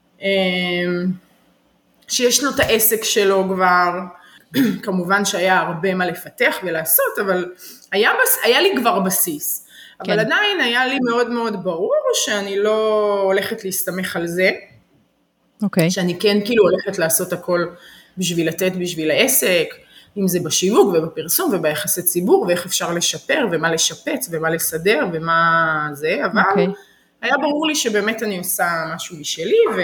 שיש לו את העסק שלו כבר, כמובן שהיה הרבה מה לפתח ולעשות, אבל היה, היה לי כבר בסיס. אבל כן. עדיין היה לי מאוד מאוד ברור שאני לא הולכת להסתמך על זה, okay. שאני כן כאילו הולכת לעשות הכל בשביל לתת בשביל העסק, אם זה בשיווק ובפרסום וביחסי ציבור, ואיך אפשר לשפר ומה לשפץ ומה לסדר ומה זה, אבל okay. היה ברור לי שבאמת אני עושה משהו בשלי, ו...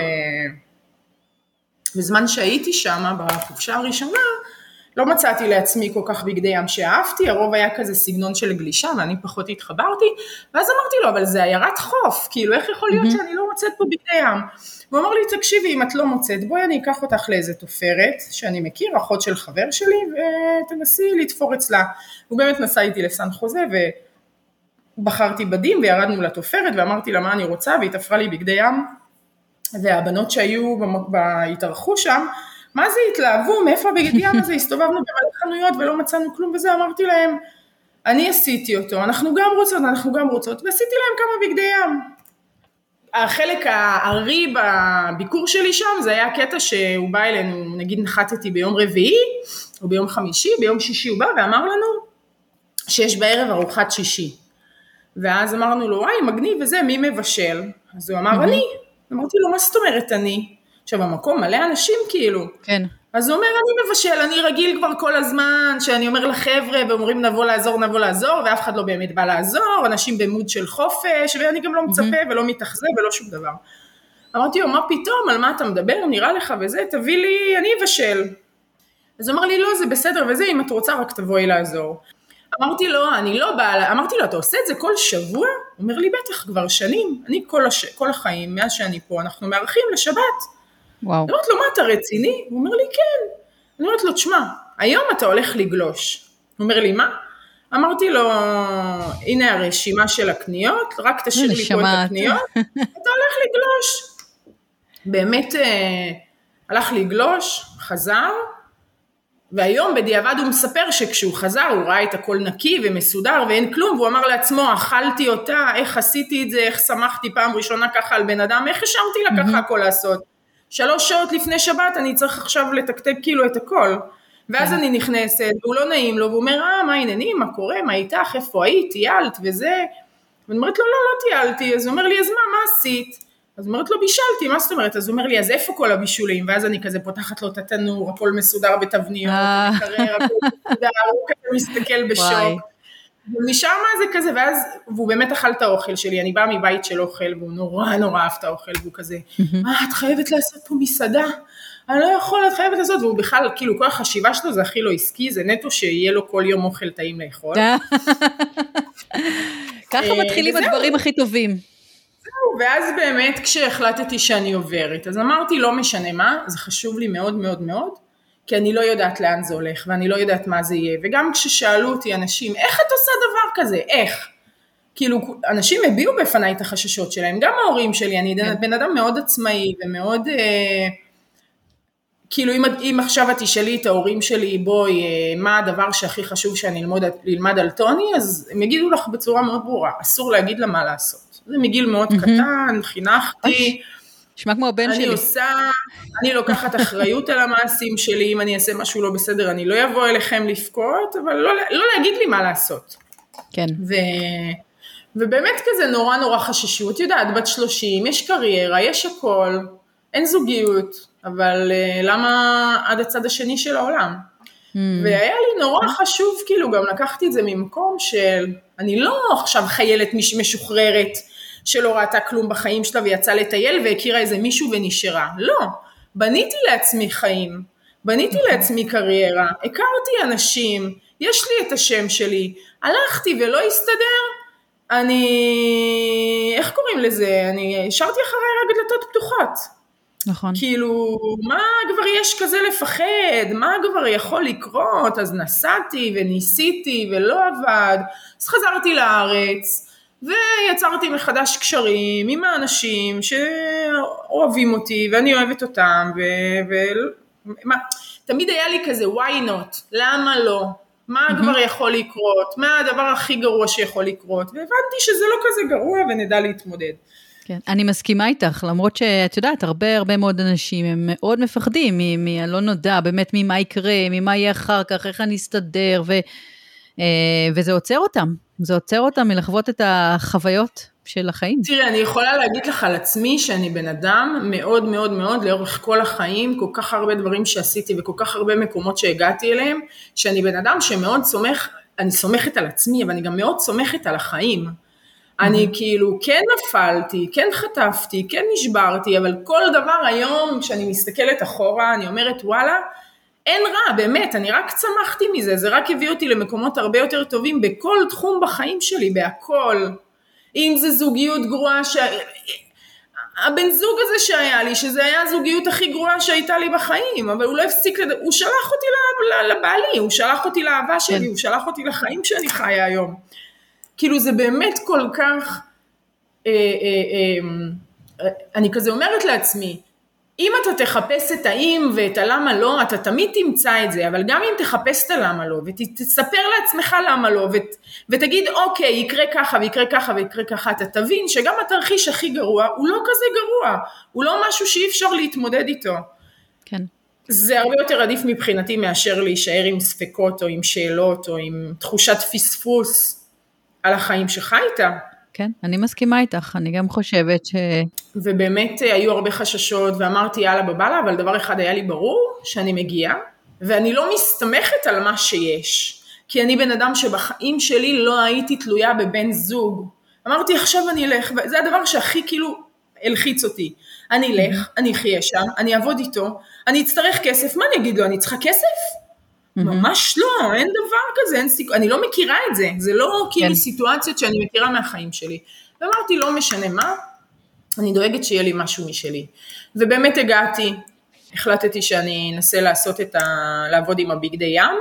בזמן שהייתי שם בחופשה הראשונה, לא מצאתי לעצמי כל כך בגדי ים שאהבתי, הרוב היה כזה סגנון של גלישה, ואני פחות התחברתי, ואז אמרתי לו, אבל זה עיירת חוף, כאילו איך יכול להיות שאני לא מוצאת פה בגדי ים? הוא אמר לי, תקשיבי, אם את לא מוצאת, בואי אני אקח אותך לאיזה תופרת, שאני מכיר, אחות של חבר שלי, ותנסי לתפור אצלה. הוא באמת נסע איתי לסן חוזה, ובחרתי בדים, וירדנו לתופרת, ואמרתי לה מה אני רוצה, והיא תפרה לי בגדי ים, והבנות שהיו בהתארחו שם, מה זה התלהבו, מאיפה הבגד ים הזה, הסתובבנו במלא חנויות ולא מצאנו כלום וזה, אמרתי להם, אני עשיתי אותו, אנחנו גם רוצות, אנחנו גם רוצות, ועשיתי להם כמה בגדי ים. החלק הארי בביקור שלי שם, זה היה קטע שהוא בא אלינו, נגיד נחתתי ביום רביעי, או ביום חמישי, ביום שישי הוא בא ואמר לנו, שיש בערב ארוחת שישי. ואז אמרנו לו, וואי, מגניב וזה, מי מבשל? אז הוא אמר, אני. אמרתי לו, מה זאת אומרת אני? עכשיו, המקום מלא אנשים כאילו. כן. אז הוא אומר, אני מבשל, אני רגיל כבר כל הזמן, שאני אומר לחבר'ה, ואומרים נבוא לעזור, נבוא לעזור, ואף אחד לא באמת בא לעזור, אנשים במוד של חופש, ואני גם לא מצפה ולא מתאכזב ולא שום דבר. אמרתי לו, מה פתאום, על מה אתה מדבר, נראה לך וזה, תביא לי, אני אבשל. אז הוא אמר לי, לא, זה בסדר וזה, אם את רוצה רק תבואי לעזור. אמרתי לו, אני לא באה, אמרתי לו, אתה עושה את זה כל שבוע? הוא אומר לי, בטח, כבר שנים, אני כל, הש... כל החיים, מאז שאני פה, אנחנו מארחים לשבת. וואו. אני אומרת לו, מה, אתה רציני? הוא אומר לי, כן. אני אומרת לו, תשמע, היום אתה הולך לגלוש. הוא אומר לי, מה? אמרתי לו, הנה הרשימה של הקניות, רק תשאיר לי פה את הקניות, אתה הולך לגלוש. באמת, הלך לגלוש, חזר, והיום בדיעבד הוא מספר שכשהוא חזר, הוא ראה את הכל נקי ומסודר ואין כלום, והוא אמר לעצמו, אכלתי אותה, איך עשיתי את זה, איך שמחתי פעם ראשונה ככה על בן אדם, איך השארתי לה ככה הכל לעשות. שלוש שעות לפני שבת אני צריך עכשיו לתקתק כאילו את הכל, ואז אני נכנסת, והוא לא נעים לו, והוא אומר, אה, מה העניינים, מה קורה, מה איתך, איפה היית, טיילת וזה, ואני אומרת לו, לא, לא טיילתי, אז הוא אומר לי, אז מה, מה עשית? אז אומרת לו, בישלתי, מה זאת אומרת? אז הוא אומר לי, אז איפה כל הבישולים? ואז אני כזה פותחת לו את התנור, הכל מסודר בתבניות, מקרר, הכל מסודר, הוא כזה מסתכל בשוק. ומשם זה כזה, ואז, והוא באמת אכל את האוכל שלי, אני באה מבית של אוכל, והוא נורא נורא אהב את האוכל, והוא כזה, מה, את חייבת לעשות פה מסעדה? אני לא יכול, את חייבת לעשות, והוא בכלל, כאילו, כל החשיבה שלו זה הכי לא עסקי, זה נטו שיהיה לו כל יום אוכל טעים לאכול. ככה מתחילים הדברים הכי טובים. ואז באמת כשהחלטתי שאני עוברת, אז אמרתי לא משנה מה, זה חשוב לי מאוד מאוד מאוד, כי אני לא יודעת לאן זה הולך, ואני לא יודעת מה זה יהיה, וגם כששאלו אותי אנשים, איך את עושה דבר כזה, איך? כאילו, אנשים הביאו בפניי את החששות שלהם, גם ההורים שלי, אני בן אדם מאוד עצמאי, ומאוד, אה, כאילו, אם, אם עכשיו את תשאלי את ההורים שלי, בואי, אה, מה הדבר שהכי חשוב שאני ללמוד, ללמד על טוני, אז הם יגידו לך בצורה מאוד ברורה, אסור להגיד לה מה לעשות. זה מגיל מאוד קטן, חינכתי, נשמע כמו הבן שלי. אני עושה, אני לוקחת אחריות על המעשים שלי, אם אני אעשה משהו לא בסדר, אני לא אבוא אליכם לפקוט, אבל לא, לא להגיד לי מה לעשות. כן. ו, ובאמת כזה נורא נורא חששות, יודעת, בת שלושים, יש קריירה, יש הכל, אין זוגיות, אבל למה עד הצד השני של העולם? Mm. והיה לי נורא חשוב, כאילו גם לקחתי את זה ממקום של, אני לא עכשיו חיילת משוחררת, שלא ראתה כלום בחיים שלה ויצאה לטייל והכירה איזה מישהו ונשארה. לא, בניתי לעצמי חיים, בניתי לעצמי קריירה, הכרתי אנשים, יש לי את השם שלי, הלכתי ולא הסתדר, אני, איך קוראים לזה? אני השארתי אחריי רק דלתות פתוחות. נכון. כאילו, מה כבר יש כזה לפחד? מה כבר יכול לקרות? אז נסעתי וניסיתי ולא עבד, אז חזרתי לארץ, ויצרתי מחדש קשרים עם האנשים שאוהבים אותי, ואני אוהבת אותם, ו... ו... מה... תמיד היה לי כזה, why not? למה לא? מה mm-hmm. כבר יכול לקרות? מה הדבר הכי גרוע שיכול לקרות? והבנתי שזה לא כזה גרוע, ונדע להתמודד. כן, אני מסכימה איתך, למרות שאת יודעת, הרבה הרבה מאוד אנשים הם מאוד מפחדים מהלא נודע, באמת ממה יקרה, ממה יהיה אחר כך, איך אני אסתדר, ו... וזה עוצר אותם, זה עוצר אותם מלחוות את החוויות של החיים. תראה, אני יכולה להגיד לך על עצמי שאני בן אדם מאוד מאוד מאוד לאורך כל החיים, כל כך הרבה דברים שעשיתי וכל כך הרבה מקומות שהגעתי אליהם, שאני בן אדם שמאוד סומך, אני סומכת על עצמי, אבל אני גם מאוד סומכת על החיים. אני כאילו כן נפלתי, כן חטפתי, כן נשברתי, אבל כל דבר היום כשאני מסתכלת אחורה, אני אומרת וואלה, אין רע, באמת, אני רק צמחתי מזה, זה רק הביא אותי למקומות הרבה יותר טובים, בכל תחום בחיים שלי, בהכל. אם זה זוגיות גרועה, ש... הבן זוג הזה שהיה לי, שזה היה הזוגיות הכי גרועה שהייתה לי בחיים, אבל הוא לא הפסיק, לד... הוא שלח אותי לבעלי, הוא שלח אותי לאהבה שלי, הוא שלח אותי לחיים שאני חיה היום. כאילו זה באמת כל כך, אה, אה, אה, אני כזה אומרת לעצמי, אם אתה תחפש את האם ואת הלמה לא, אתה תמיד תמצא את זה, אבל גם אם תחפש את הלמה לא, ותספר לעצמך למה לא, ות, ותגיד אוקיי, יקרה ככה ויקרה ככה ויקרה ככה, אתה תבין שגם התרחיש הכי גרוע, הוא לא כזה גרוע, הוא לא משהו שאי אפשר להתמודד איתו. כן. זה הרבה יותר עדיף מבחינתי מאשר להישאר עם ספקות או עם שאלות או עם תחושת פספוס על החיים שחיית. כן, אני מסכימה איתך, אני גם חושבת ש... ובאמת היו הרבה חששות, ואמרתי יאללה בבאללה, אבל דבר אחד היה לי ברור, שאני מגיעה, ואני לא מסתמכת על מה שיש, כי אני בן אדם שבחיים שלי לא הייתי תלויה בבן זוג. אמרתי עכשיו אני אלך, וזה הדבר שהכי כאילו הלחיץ אותי. אני אלך, אני אחיה שם, אני אעבוד איתו, אני אצטרך כסף, מה אני אגיד לו, אני צריכה כסף? ממש לא, אין דבר כזה, אין סיכוי, אני לא מכירה את זה, זה לא כאילו סיטואציות שאני מכירה מהחיים שלי. ואמרתי, לא משנה מה, אני דואגת שיהיה לי משהו משלי. ובאמת הגעתי, החלטתי שאני אנסה לעשות את ה... לעבוד עם הביגדי ים,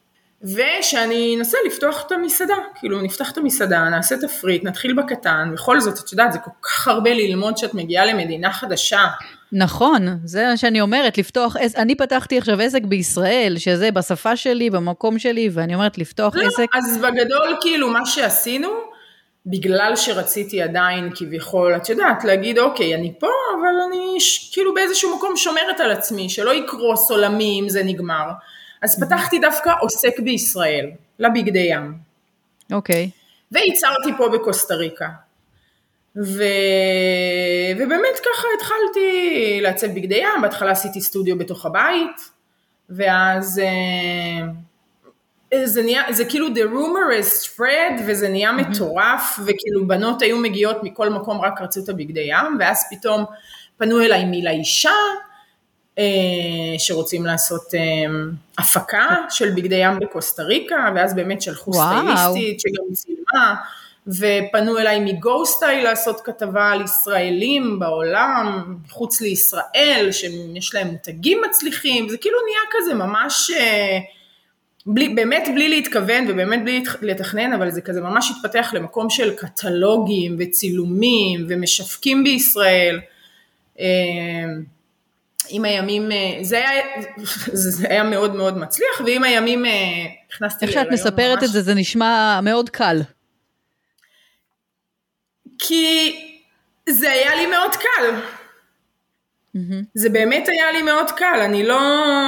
ושאני אנסה לפתוח את המסעדה, כאילו נפתח את המסעדה, נעשה תפריט, נתחיל בקטן, בכל זאת, את יודעת, זה כל כך הרבה ללמוד שאת מגיעה למדינה חדשה. נכון, זה מה שאני אומרת, לפתוח, אני פתחתי עכשיו עסק בישראל, שזה בשפה שלי, במקום שלי, ואני אומרת לפתוח לא, עסק. אז בגדול כאילו מה שעשינו, בגלל שרציתי עדיין כביכול, את יודעת, להגיד אוקיי, אני פה, אבל אני כאילו באיזשהו מקום שומרת על עצמי, שלא יקרוס עולמי אם זה נגמר. אז פתחתי דווקא עוסק בישראל, לביגדי ים. אוקיי. וייצרתי פה בקוסטה ריקה. ו... ובאמת ככה התחלתי לעצב בגדי ים, בהתחלה עשיתי סטודיו בתוך הבית, ואז זה, נהיה, זה כאילו the rumor is spread, וזה נהיה מטורף, וכאילו בנות היו מגיעות מכל מקום רק רצו את הבגדי ים, ואז פתאום פנו אליי מילה אישה, שרוצים לעשות הפקה של בגדי ים בקוסטה ריקה, ואז באמת שלחו סטייליסטית שגם צילמה, ופנו אליי מגוסטייל לעשות כתבה על ישראלים בעולם, חוץ לישראל, שיש להם מותגים מצליחים, זה כאילו נהיה כזה ממש, בלי, באמת בלי להתכוון ובאמת בלי לתכנן, אבל זה כזה ממש התפתח למקום של קטלוגים וצילומים ומשווקים בישראל. עם הימים, זה היה, זה היה מאוד מאוד מצליח, ועם הימים הכנסתי להיריון ממש. איך שאת מספרת את זה, זה נשמע מאוד קל. כי זה היה לי מאוד קל. Mm-hmm. זה באמת היה לי מאוד קל, אני לא...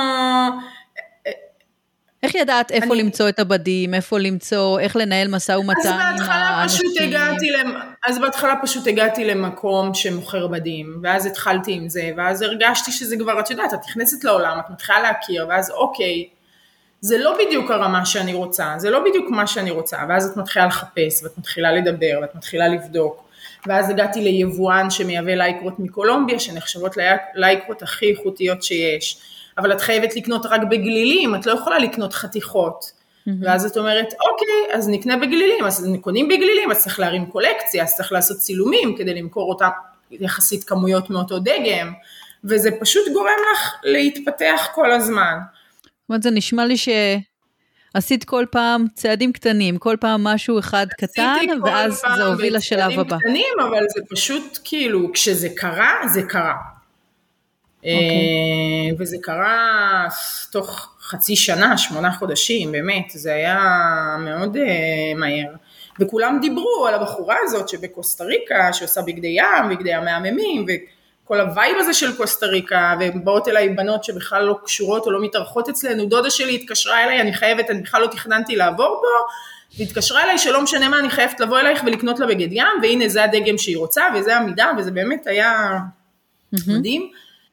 איך ידעת איפה אני... למצוא את הבדים, איפה למצוא, איך לנהל משא ומתן עם האנשים? למ... אז בהתחלה פשוט הגעתי למקום שמוכר בדים, ואז התחלתי עם זה, ואז הרגשתי שזה כבר, את יודעת, את נכנסת לעולם, את מתחילה להכיר, ואז אוקיי, זה לא בדיוק הרמה שאני רוצה, זה לא בדיוק מה שאני רוצה, ואז את מתחילה לחפש, ואת מתחילה לדבר, ואת מתחילה לבדוק, ואז הגעתי ליבואן שמייבא לייקרות מקולומביה, שנחשבות לייקרות הכי איכותיות שיש, אבל את חייבת לקנות רק בגלילים, את לא יכולה לקנות חתיכות, mm-hmm. ואז את אומרת, אוקיי, אז נקנה בגלילים, אז נקונים בגלילים, אז צריך להרים קולקציה, אז צריך לעשות צילומים, כדי למכור אותם יחסית כמויות מאותו דגם, וזה פשוט גורם לך להתפתח כל הזמן. זאת אומרת, זה נשמע לי שעשית כל פעם צעדים קטנים, כל פעם משהו אחד קטן, ואז זה הוביל לשלב הבא. צעדים קטנים, אבל זה פשוט כאילו, כשזה קרה, זה קרה. Okay. וזה קרה תוך חצי שנה, שמונה חודשים, באמת, זה היה מאוד מהר. וכולם דיברו על הבחורה הזאת שבקוסטה ריקה, שעושה בגדי ים, בגדי המהממים, וכל הווייב הזה של קוסטה ריקה, ובאות אליי בנות שבכלל לא קשורות או לא מתארחות אצלנו, דודה שלי התקשרה אליי, אני חייבת, אני בכלל לא תכננתי לעבור בו, והתקשרה אליי שלא משנה מה, אני חייבת לבוא אלייך ולקנות לה בגד ים, והנה זה הדגם שהיא רוצה, וזה המידה, וזה באמת היה מדהים.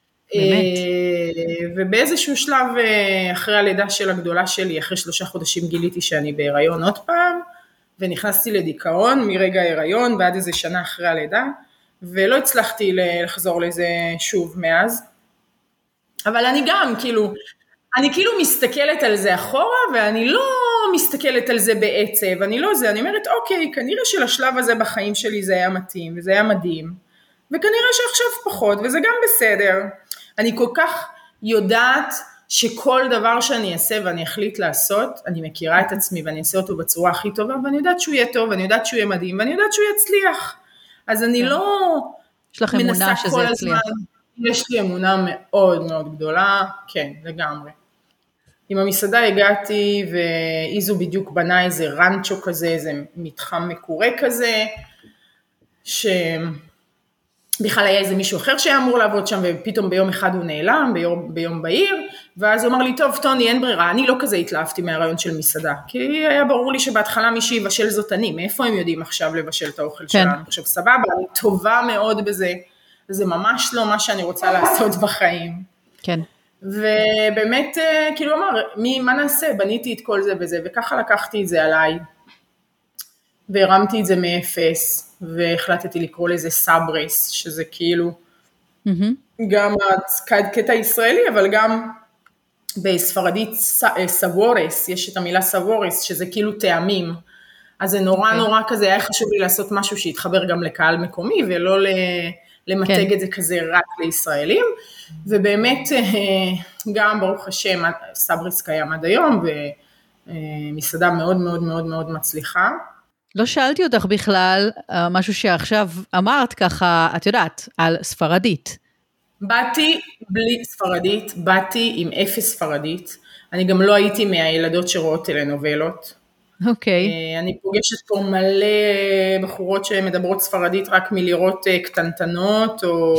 ובאיזשהו שלב אחרי הלידה של הגדולה שלי, אחרי שלושה חודשים גיליתי שאני בהיריון עוד פעם, ונכנסתי לדיכאון מרגע ההיריון ועד איזה שנה אחרי הלידה, ולא הצלחתי לחזור לזה שוב מאז. אבל אני גם כאילו, אני כאילו מסתכלת על זה אחורה, ואני לא מסתכלת על זה בעצב, אני לא זה, אני אומרת אוקיי, כנראה שלשלב הזה בחיים שלי זה היה מתאים, וזה היה מדהים, וכנראה שעכשיו פחות, וזה גם בסדר. אני כל כך יודעת שכל דבר שאני אעשה ואני אחליט לעשות, אני מכירה את עצמי ואני אעשה אותו בצורה הכי טובה, ואני יודעת שהוא יהיה טוב, ואני יודעת שהוא יהיה מדהים, ואני יודעת שהוא יצליח. אז אני לא יש לך אמונה שזה יצליח. יש לי אמונה מאוד מאוד גדולה, כן, לגמרי. עם המסעדה הגעתי, ואיזו בדיוק בנה איזה רנצ'ו כזה, איזה מתחם מקורה כזה, ש... בכלל היה איזה מישהו אחר שהיה אמור לעבוד שם, ופתאום ביום אחד הוא נעלם, ביום, ביום בהיר, ואז הוא אמר לי, טוב, טוני, אין ברירה, אני לא כזה התלהבתי מהרעיון של מסעדה, כי היה ברור לי שבהתחלה מי שיבשל זאת אני, מאיפה הם יודעים עכשיו לבשל את האוכל כן. שלנו? עכשיו סבבה, אני טובה מאוד בזה, זה ממש לא מה שאני רוצה לעשות בחיים. כן. ובאמת, כאילו אמר, מי, מה נעשה? בניתי את כל זה וזה, וככה לקחתי את זה עליי, והרמתי את זה מאפס, והחלטתי לקרוא לזה סברס, שזה כאילו mm-hmm. גם קטע ישראלי, אבל גם בספרדית סבורס, יש את המילה סבורס, שזה כאילו טעמים, אז זה נורא okay. נורא כזה, היה חשוב לי לעשות משהו שיתחבר גם לקהל מקומי, ולא למתג כן. את זה כזה רק לישראלים, ובאמת גם ברוך השם, סברס קיים עד היום, ומסעדה מאוד מאוד מאוד מאוד מצליחה, לא שאלתי אותך בכלל, משהו שעכשיו אמרת ככה, את יודעת, על ספרדית. באתי בלי ספרדית, באתי עם אפס ספרדית, אני גם לא הייתי מהילדות שרואות טלנובלות. אוקיי. Okay. אני פוגשת פה מלא בחורות שמדברות ספרדית רק מלראות קטנטנות, או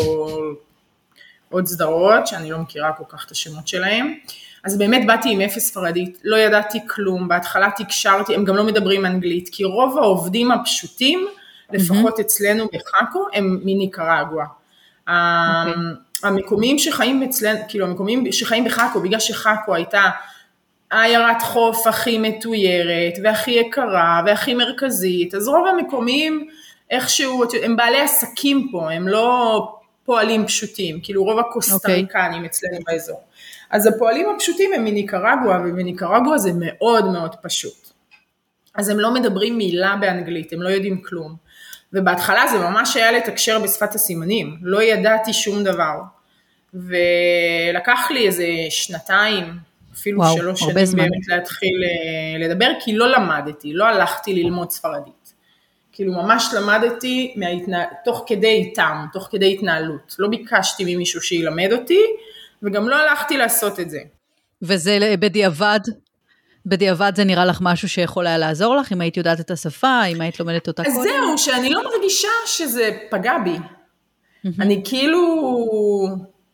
עוד סדרות, שאני לא מכירה כל כך את השמות שלהם. אז באמת באתי עם אפס ספרדית, לא ידעתי כלום, בהתחלה תקשרתי, הם גם לא מדברים אנגלית, כי רוב העובדים הפשוטים, לפחות mm-hmm. אצלנו בחאקו, הם מניקרגואה. Okay. המקומיים שחיים אצלנו, כאילו המקומיים שחיים בחאקו, בגלל שחאקו הייתה עיירת חוף הכי מתוירת, והכי יקרה, והכי מרכזית, אז רוב המקומיים, איכשהו, הם בעלי עסקים פה, הם לא פועלים פשוטים, כאילו רוב הקוסטריקנים okay. אצלנו באזור. אז הפועלים הפשוטים הם מניקרגואה, ומניקרגואה זה מאוד מאוד פשוט. אז הם לא מדברים מילה באנגלית, הם לא יודעים כלום. ובהתחלה זה ממש היה לתקשר בשפת הסימנים, לא ידעתי שום דבר. ולקח לי איזה שנתיים, אפילו וואו, שלוש שנים זמן. באמת להתחיל לדבר, כי לא למדתי, לא הלכתי ללמוד ספרדית. כאילו ממש למדתי מההתנה... תוך כדי איתם, תוך כדי התנהלות. לא ביקשתי ממישהו שילמד אותי, וגם לא הלכתי לעשות את זה. וזה בדיעבד? בדיעבד זה נראה לך משהו שיכול היה לעזור לך, אם היית יודעת את השפה, אם היית לומדת אותה קודם? אז זהו, שאני לא מרגישה שזה פגע בי. אני כאילו...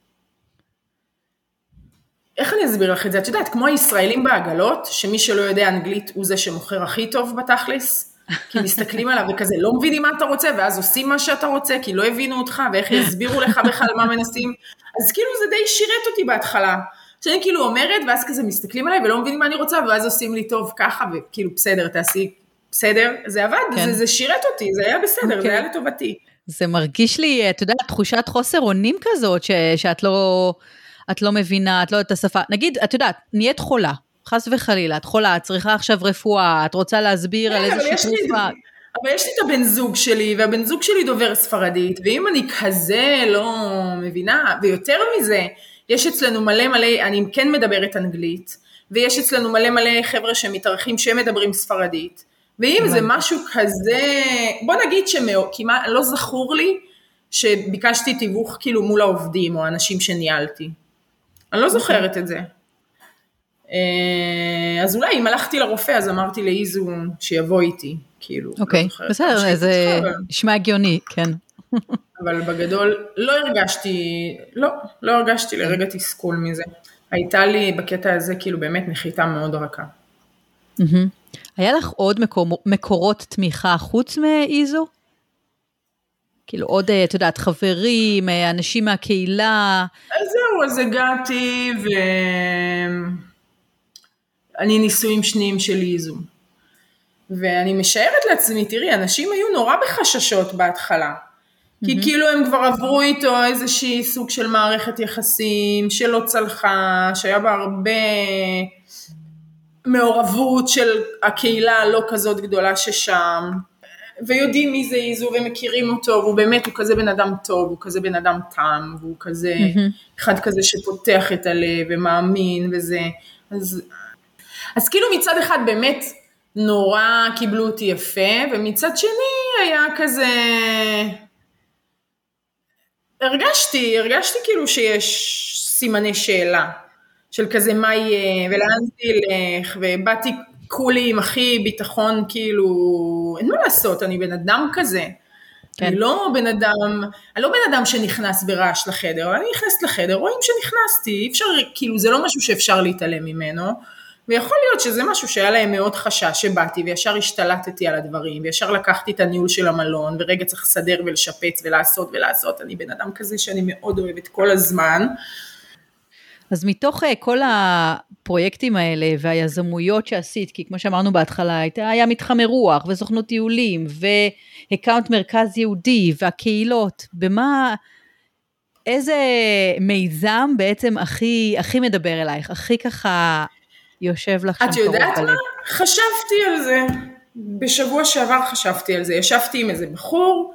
איך אני אסביר לך את זה? את יודעת, כמו הישראלים בעגלות, שמי שלא יודע אנגלית הוא זה שמוכר הכי טוב בתכלס, כי מסתכלים עליו וכזה, לא מבינים מה אתה רוצה, ואז עושים מה שאתה רוצה, כי לא הבינו אותך, ואיך יסבירו לך בכלל מה מנסים. אז כאילו זה די שירת אותי בהתחלה. שאני כאילו אומרת, ואז כזה מסתכלים עליי, ולא מבינים מה אני רוצה, ואז עושים לי טוב ככה, וכאילו בסדר, תעשי בסדר, זה עבד, כן. זה, זה שירת אותי, זה היה בסדר, okay. זה היה לטובתי. זה מרגיש לי, אתה יודע, תחושת חוסר אונים כזאת, ש, שאת לא, את לא מבינה, את לא יודעת את השפה. נגיד, את יודעת, נהיית חולה, חס וחלילה, את חולה, את צריכה עכשיו רפואה, את רוצה להסביר על איזושהי תרופה. אבל יש לי את הבן זוג שלי, והבן זוג שלי דובר ספרדית, ואם אני כזה לא מבינה, ויותר מזה, יש אצלנו מלא מלא, אני כן מדברת אנגלית, ויש אצלנו מלא מלא חבר'ה שמתארחים שהם מדברים ספרדית, ואם זה משהו כזה, בוא נגיד שכמעט לא זכור לי, שביקשתי תיווך כאילו מול העובדים, או האנשים שניהלתי. אני לא זוכרת את זה. אז אולי אם הלכתי לרופא, אז אמרתי לאיזו שיבוא איתי, כאילו. אוקיי, בסדר, זה נשמע הגיוני, כן. אבל בגדול לא הרגשתי, לא, לא הרגשתי לרגע תסכול מזה. הייתה לי בקטע הזה כאילו באמת נחיתה מאוד רכה. היה לך עוד מקורות תמיכה חוץ מאיזו? כאילו עוד, את יודעת, חברים, אנשים מהקהילה? אז זהו, אז הגעתי ואני נישואים שניים של איזו. ואני משערת לעצמי, תראי, אנשים היו נורא בחששות בהתחלה. כי כאילו הם כבר עברו איתו איזושהי סוג של מערכת יחסים, שלא צלחה, שהיה בה הרבה מעורבות של הקהילה הלא כזאת גדולה ששם, ויודעים מי זה איזו ומכירים אותו, והוא באמת, הוא כזה בן אדם טוב, הוא כזה בן אדם תם, והוא כזה, אחד כזה שפותח את הלב ומאמין וזה. אז, אז כאילו מצד אחד באמת נורא קיבלו אותי יפה, ומצד שני היה כזה... הרגשתי, הרגשתי כאילו שיש סימני שאלה, של כזה מה יהיה, ולאן זה ילך, ובאתי כולי עם הכי ביטחון, כאילו, אין מה לעשות, אני בן אדם כזה, כן. אני לא בן אדם, אני לא בן אדם שנכנס ברעש לחדר, אני נכנסת לחדר, רואים שנכנסתי, אפשר, כאילו, זה לא משהו שאפשר להתעלם ממנו, ויכול להיות שזה משהו שהיה להם מאוד חשש, שבאתי וישר השתלטתי על הדברים, וישר לקחתי את הניהול של המלון, ורגע צריך לסדר ולשפץ ולעשות ולעשות, אני בן אדם כזה שאני מאוד אוהבת כל הזמן. אז מתוך כל הפרויקטים האלה, והיזמויות שעשית, כי כמו שאמרנו בהתחלה, היה מתחמי רוח, וסוכנות טיולים, והקאונט מרכז יהודי, והקהילות, במה... איזה מיזם בעצם הכי, הכי מדבר אלייך, הכי ככה... יושב לך שם קרוב בלב. את יודעת מה? חשבתי על זה, בשבוע שעבר חשבתי על זה, ישבתי עם איזה בחור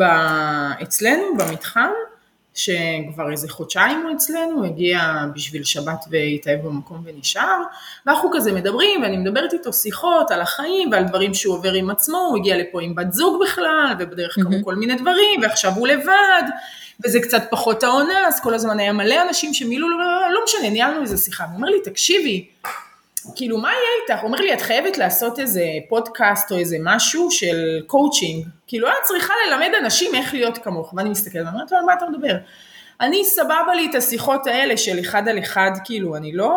אצלנו במתחם, שכבר איזה חודשיים הוא אצלנו, הוא הגיע בשביל שבת והתאהב במקום ונשאר, ואנחנו כזה מדברים, ואני מדברת איתו שיחות על החיים, ועל דברים שהוא עובר עם עצמו, הוא הגיע לפה עם בת זוג בכלל, ובדרך כלל כל מיני דברים, ועכשיו הוא לבד, וזה קצת פחות העונה, אז כל הזמן היה מלא אנשים שמילו, לא, לא, לא משנה, ניהלנו איזה שיחה, הוא אומר לי, תקשיבי, כאילו, מה יהיה איתך? הוא אומר לי, את חייבת לעשות איזה פודקאסט או איזה משהו של קואוצ'ינג. כאילו, את צריכה ללמד אנשים איך להיות כמוך. ואני מסתכלת, ואני אומרת לו, על מה אתה מדבר? אני סבבה לי את השיחות האלה של אחד על אחד, כאילו, אני לא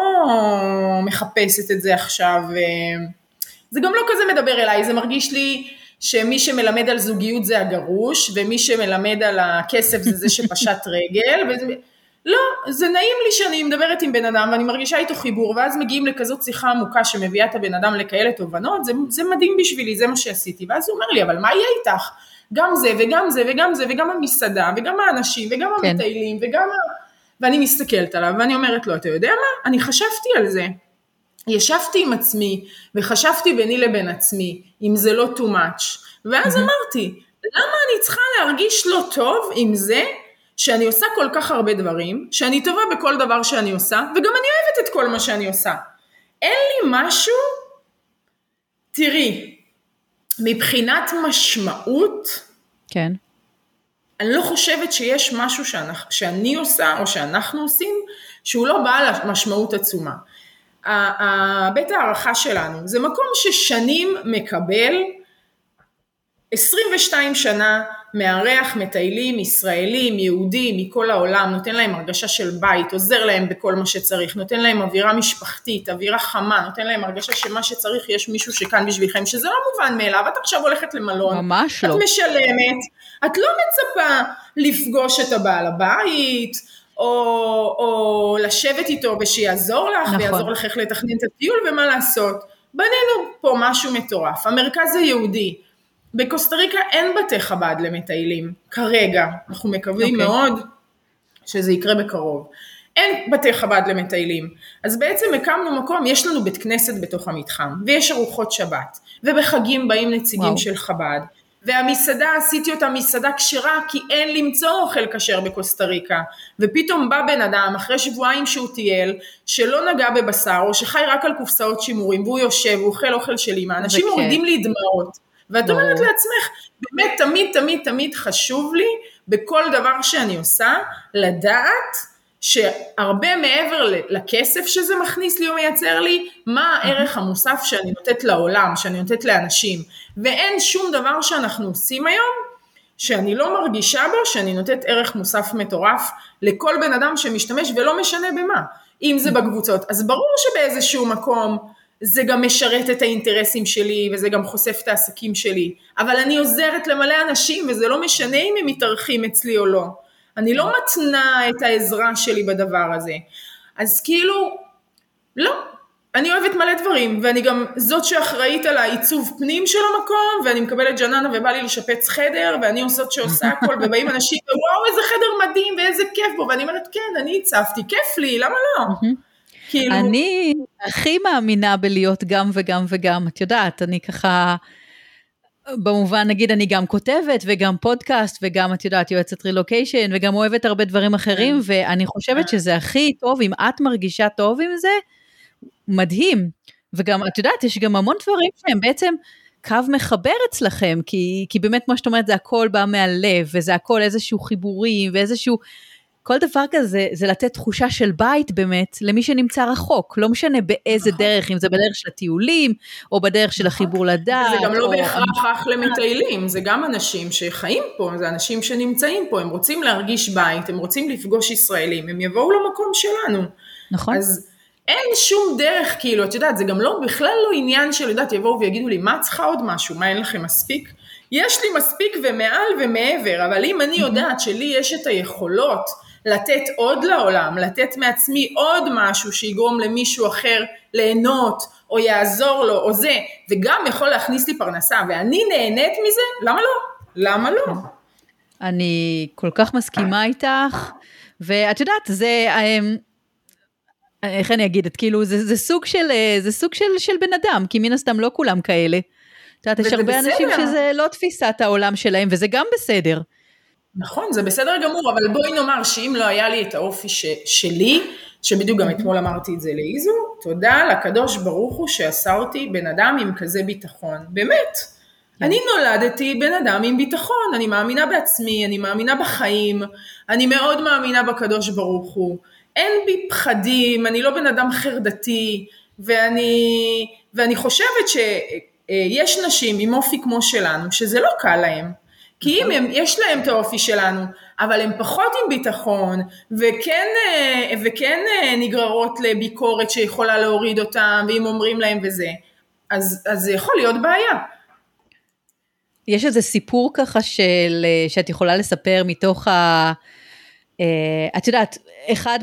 מחפשת את זה עכשיו. זה גם לא כזה מדבר אליי, זה מרגיש לי שמי שמלמד על זוגיות זה הגרוש, ומי שמלמד על הכסף זה זה שפשט רגל, וזה... לא, זה נעים לי שאני מדברת עם בן אדם, ואני מרגישה איתו חיבור, ואז מגיעים לכזאת שיחה עמוקה, שמביאה את הבן אדם לכאלה תובנות, זה, זה מדהים בשבילי, זה מה שעשיתי, ואז הוא אומר לי, אבל מה יהיה איתך? גם זה, וגם זה, וגם זה, וגם המסעדה, וגם האנשים, וגם כן. המטיילים, וגם ה... ואני מסתכלת עליו, ואני אומרת לו, אתה יודע מה? אני חשבתי על זה, ישבתי עם עצמי, וחשבתי ביני לבין עצמי, אם זה לא too much, ואז אמרתי, למה אני צריכה להרגיש לא טוב עם זה, שאני עושה כל כך הרבה דברים, שאני טובה בכל דבר שאני עושה, וגם אני אוהבת את כל מה שאני עושה. אין לי משהו, תראי, מבחינת משמעות, כן. אני לא חושבת שיש משהו שאני, שאני עושה, או שאנחנו עושים, שהוא לא בעל משמעות עצומה. בית הערכה שלנו, זה מקום ששנים מקבל, עשרים ושתיים שנה, מארח מטיילים, ישראלים, יהודים, מכל העולם, נותן להם הרגשה של בית, עוזר להם בכל מה שצריך, נותן להם אווירה משפחתית, אווירה חמה, נותן להם הרגשה שמה שצריך, יש מישהו שכאן בשבילכם, שזה לא מובן מאליו, את עכשיו הולכת למלון, ממש לא. את משלמת, את לא מצפה לפגוש את הבעל הבית, או, או לשבת איתו ושיעזור לך, נכון. ויעזור לך איך לתכנן את הטיול, ומה לעשות. בנינו פה משהו מטורף, המרכז היהודי, בקוסטה ריקה אין בתי חב"ד למטיילים, כרגע, אנחנו מקווים okay. מאוד שזה יקרה בקרוב, אין בתי חב"ד למטיילים, אז בעצם הקמנו מקום, יש לנו בית כנסת בתוך המתחם, ויש ארוחות שבת, ובחגים באים נציגים wow. של חב"ד, והמסעדה, עשיתי אותה מסעדה כשרה, כי אין למצוא אוכל כשר בקוסטה ריקה, ופתאום בא בן אדם, אחרי שבועיים שהוא טייל, שלא נגע בבשר, או שחי רק על קופסאות שימורים, והוא יושב, הוא אוכל אוכל של אמא, אנשים מורידים לי דמעות, ואת אומרת לעצמך, באמת תמיד תמיד תמיד חשוב לי, בכל דבר שאני עושה, לדעת שהרבה מעבר לכסף שזה מכניס לי או מייצר לי, מה הערך המוסף שאני נותנת לעולם, שאני נותנת לאנשים, ואין שום דבר שאנחנו עושים היום, שאני לא מרגישה בו, שאני נותנת ערך מוסף מטורף, לכל בן אדם שמשתמש, ולא משנה במה, אם זה בקבוצות, אז ברור שבאיזשהו מקום, זה גם משרת את האינטרסים שלי, וזה גם חושף את העסקים שלי, אבל אני עוזרת למלא אנשים, וזה לא משנה אם הם מתארחים אצלי או לא, אני לא מתנה את העזרה שלי בדבר הזה, אז כאילו, לא, אני אוהבת מלא דברים, ואני גם זאת שאחראית על העיצוב פנים של המקום, ואני מקבלת ג'ננה ובא לי לשפץ חדר, ואני עושה שעושה הכל, ובאים אנשים, וואו איזה חדר מדהים, ואיזה כיף בו, ואני אומרת כן, אני הצפתי, כיף לי, למה לא? כאילו... אני הכי מאמינה בלהיות גם וגם וגם, את יודעת, אני ככה, במובן נגיד אני גם כותבת וגם פודקאסט וגם את יודעת יועצת רילוקיישן וגם אוהבת הרבה דברים אחרים, ואני חושבת שזה הכי טוב, אם את מרגישה טוב עם זה, מדהים, וגם את יודעת יש גם המון דברים שהם בעצם קו מחבר אצלכם, כי, כי באמת מה שאת אומרת זה הכל בא מהלב, וזה הכל איזשהו חיבורים ואיזשהו, כל דבר כזה, זה לתת תחושה של בית באמת, למי שנמצא רחוק, לא משנה באיזה נכון. דרך, אם זה בדרך של הטיולים, או בדרך של החיבור לדעת. זה גם לא או... בהכרח אך למטיילים, זה גם אנשים שחיים פה, זה אנשים שנמצאים פה, הם רוצים להרגיש בית, הם רוצים לפגוש ישראלים, הם יבואו למקום שלנו. נכון. אז אין שום דרך, כאילו, את יודעת, זה גם לא, בכלל לא עניין של, יודעת, יבואו ויגידו לי, מה צריכה עוד משהו, מה אין לכם מספיק? יש לי מספיק ומעל ומעבר, אבל אם אני יודעת שלי יש את היכולות, לתת עוד לעולם, לתת מעצמי עוד משהו שיגרום למישהו אחר ליהנות, או יעזור לו, או זה, וגם יכול להכניס לי פרנסה, ואני נהנית מזה, למה לא? למה לא? אני כל כך מסכימה איתך, ואת יודעת, זה, איך אני אגיד, את כאילו, זה, זה סוג של, זה סוג של, של בן אדם, כי מן הסתם לא כולם כאלה. את יודעת, יש הרבה אנשים שזה לא תפיסת העולם שלהם, וזה גם בסדר. נכון, זה בסדר גמור, אבל בואי נאמר שאם לא היה לי את האופי ש, שלי, שבדיוק גם אתמול אמרתי את זה לאיזו, תודה לקדוש ברוך הוא שעשה אותי בן אדם עם כזה ביטחון, באמת. אני נולדתי בן אדם עם ביטחון, אני מאמינה בעצמי, אני מאמינה בחיים, אני מאוד מאמינה בקדוש ברוך הוא, אין בי פחדים, אני לא בן אדם חרדתי, ואני, ואני חושבת שיש נשים עם אופי כמו שלנו, שזה לא קל להם, כי אם הם, יש להם את האופי שלנו, אבל הם פחות עם ביטחון, וכן, וכן נגררות לביקורת שיכולה להוריד אותם, ואם אומרים להם וזה, אז, אז זה יכול להיות בעיה. יש איזה סיפור ככה של, שאת יכולה לספר מתוך ה... את יודעת, אחד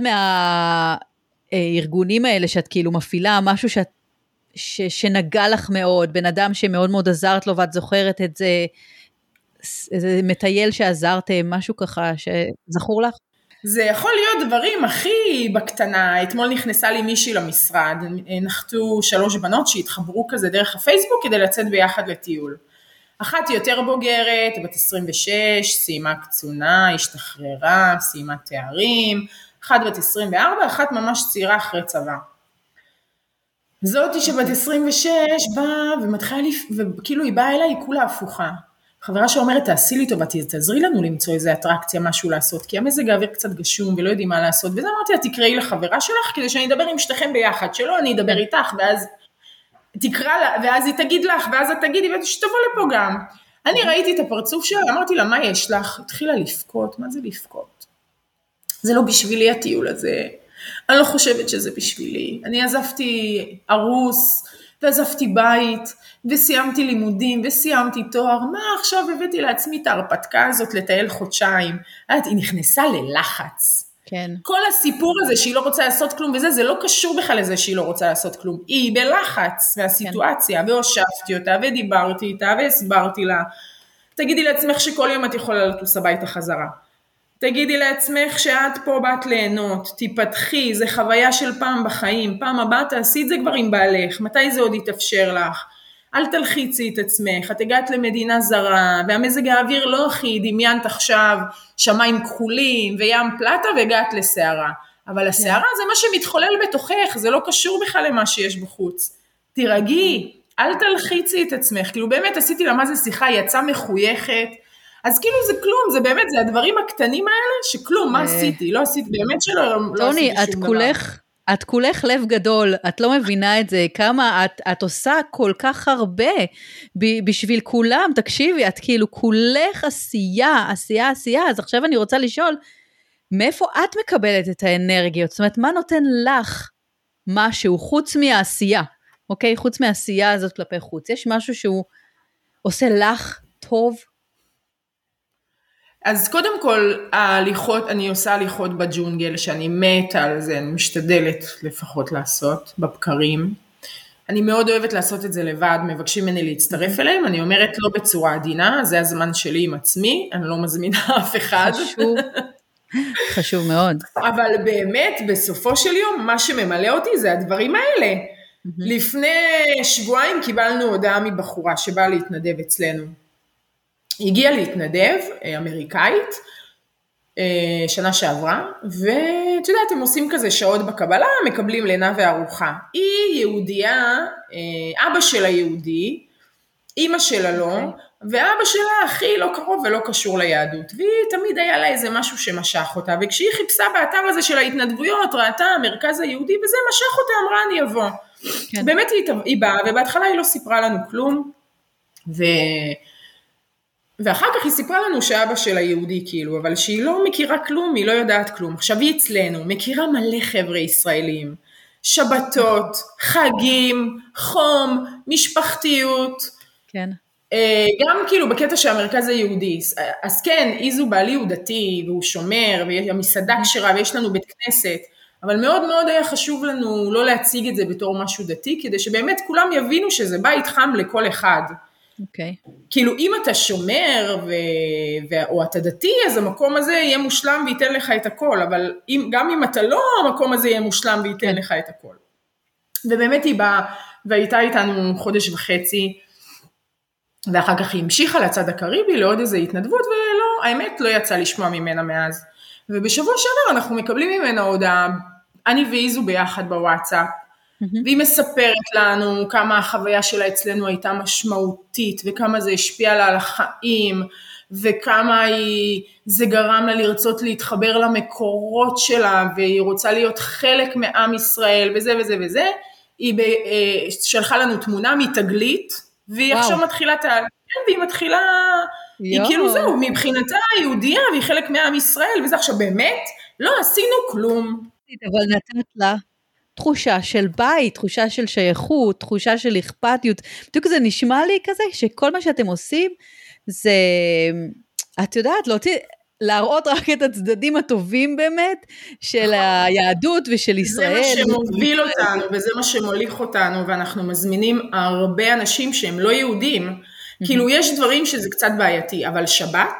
מהארגונים האלה שאת כאילו מפעילה, משהו שאת, ש, שנגע לך מאוד, בן אדם שמאוד מאוד עזרת לו, ואת זוכרת את זה, איזה מטייל שעזרתם, משהו ככה שזכור לך? זה יכול להיות דברים הכי בקטנה. אתמול נכנסה לי מישהי למשרד, נחתו שלוש בנות שהתחברו כזה דרך הפייסבוק כדי לצאת ביחד לטיול. אחת יותר בוגרת, בת עשרים ושש, סיימה קצונה, השתחררה, סיימה תארים, אחת בת עשרים וארבע, אחת ממש צעירה אחרי צבא. זאתי שבת עשרים ושש באה ומתחילה, וכאילו היא באה אליי, היא כולה הפוכה. חברה שאומרת, תעשי לי טובה, תעזרי לנו למצוא איזה אטרקציה, משהו לעשות, כי המזג האוויר קצת גשום ולא יודעים מה לעשות, וזה אמרתי לה, תקראי לחברה שלך, כדי שאני אדבר עם שתיכם ביחד, שלא אני אדבר איתך, ואז תקרא לה, ואז היא תגיד לך, ואז את תגידי, ושתבוא לפה גם. אני ראיתי את הפרצוף שלה, אמרתי לה, מה יש לך? התחילה לפקות, מה זה לפקות? זה לא בשבילי הטיול הזה, אני לא חושבת שזה בשבילי, אני עזבתי ערוס, ועזבתי בית, וסיימתי לימודים, וסיימתי תואר, מה עכשיו הבאתי לעצמי את ההרפתקה הזאת לטייל חודשיים? היא נכנסה ללחץ. כן. כל הסיפור הזה שהיא לא רוצה לעשות כלום וזה, זה לא קשור בכלל לזה שהיא לא רוצה לעשות כלום. היא בלחץ מהסיטואציה, כן. והושבתי אותה, ודיברתי איתה, והסברתי לה. תגידי לעצמך שכל יום את יכולה לטוס הביתה חזרה. תגידי לעצמך שאת פה באת ליהנות, תיפתחי, זה חוויה של פעם בחיים, פעם הבאה תעשי את זה כבר עם בעלך, מתי זה עוד יתאפשר לך? אל תלחיצי את עצמך, את הגעת למדינה זרה, והמזג האוויר לא הכי, דמיינת עכשיו שמיים כחולים וים פלטה והגעת לסערה, אבל הסערה זה מה שמתחולל בתוכך, זה לא קשור בכלל למה שיש בחוץ. תירגעי, אל תלחיצי את עצמך, כאילו באמת עשיתי לה מה זה שיחה, היא יצאה מחויכת, אז כאילו זה כלום, זה באמת, זה הדברים הקטנים האלה, שכלום, מה עשיתי? לא עשיתי, באמת שלא לא עשיתי שום דבר. את כולך לב גדול, את לא מבינה את זה, כמה את, את עושה כל כך הרבה ב, בשביל כולם, תקשיבי, את כאילו כולך עשייה, עשייה, עשייה, אז עכשיו אני רוצה לשאול, מאיפה את מקבלת את האנרגיות? זאת אומרת, מה נותן לך משהו חוץ מהעשייה, אוקיי? חוץ מהעשייה הזאת כלפי חוץ, יש משהו שהוא עושה לך טוב? אז קודם כל, ההליכות, אני עושה הליכות בג'ונגל, שאני מתה על זה, אני משתדלת לפחות לעשות, בבקרים. אני מאוד אוהבת לעשות את זה לבד, מבקשים ממני להצטרף אליהם, אני אומרת לא בצורה עדינה, זה הזמן שלי עם עצמי, אני לא מזמינה אף אחד. חשוב, חשוב מאוד. אבל באמת, בסופו של יום, מה שממלא אותי זה הדברים האלה. לפני שבועיים קיבלנו הודעה מבחורה שבאה להתנדב אצלנו. היא הגיעה להתנדב, אמריקאית, שנה שעברה, ואת יודעת, הם עושים כזה שעות בקבלה, מקבלים לינה וארוחה. היא יהודייה, אבא שלה יהודי, אמא שלה לא, ואבא שלה הכי לא קרוב ולא קשור ליהדות, והיא תמיד היה לה איזה משהו שמשך אותה, וכשהיא חיפשה באתר הזה של ההתנדבויות, ראתה המרכז היהודי, וזה משך אותה, אמרה אני אבוא. כן. באמת היא, היא באה, ובהתחלה היא לא סיפרה לנו כלום, ו... ואחר כך היא סיפרה לנו שאבא שלה יהודי כאילו, אבל שהיא לא מכירה כלום, היא לא יודעת כלום. עכשיו היא אצלנו, מכירה מלא חבר'ה ישראלים, שבתות, חגים, חום, משפחתיות. כן. גם כאילו בקטע שהמרכז היהודי, אז כן, איזו בעלי הוא דתי, והוא שומר, והמסעדה כשרה, ויש לנו בית כנסת, אבל מאוד מאוד היה חשוב לנו לא להציג את זה בתור משהו דתי, כדי שבאמת כולם יבינו שזה בית חם לכל אחד. אוקיי. כאילו אם אתה שומר ו... ו... או אתה דתי, אז המקום הזה יהיה מושלם וייתן לך את הכל, אבל אם... גם אם אתה לא, המקום הזה יהיה מושלם וייתן כן. לך את הכל. ובאמת היא באה, והייתה איתנו חודש וחצי, ואחר כך היא המשיכה לצד הקריבי, לעוד איזו התנדבות, ולא, האמת לא יצא לשמוע ממנה מאז. ובשבוע שעבר אנחנו מקבלים ממנה הודעה, אני ואיזו ביחד בוואטסאפ, והיא מספרת לנו כמה החוויה שלה אצלנו הייתה משמעותית, וכמה זה השפיע לה על החיים, וכמה היא, זה גרם לה לרצות להתחבר למקורות שלה, והיא רוצה להיות חלק מעם ישראל, וזה וזה וזה. היא ב, שלחה לנו תמונה מתגלית, והיא וואו. עכשיו מתחילה, והיא מתחילה, יו. היא כאילו זהו, מבחינתה היהודיה, והיא חלק מעם ישראל, וזה עכשיו באמת, לא עשינו כלום. אבל נתת לה. תחושה של בית, תחושה של שייכות, תחושה של אכפתיות, בדיוק זה נשמע לי כזה, שכל מה שאתם עושים, זה, את יודעת, להוציא, להראות רק את הצדדים הטובים באמת, של היהדות ושל ישראל. זה מה שמוביל אותנו, וזה מה שמוליך אותנו, ואנחנו מזמינים הרבה אנשים שהם לא יהודים, כאילו יש דברים שזה קצת בעייתי, אבל שבת,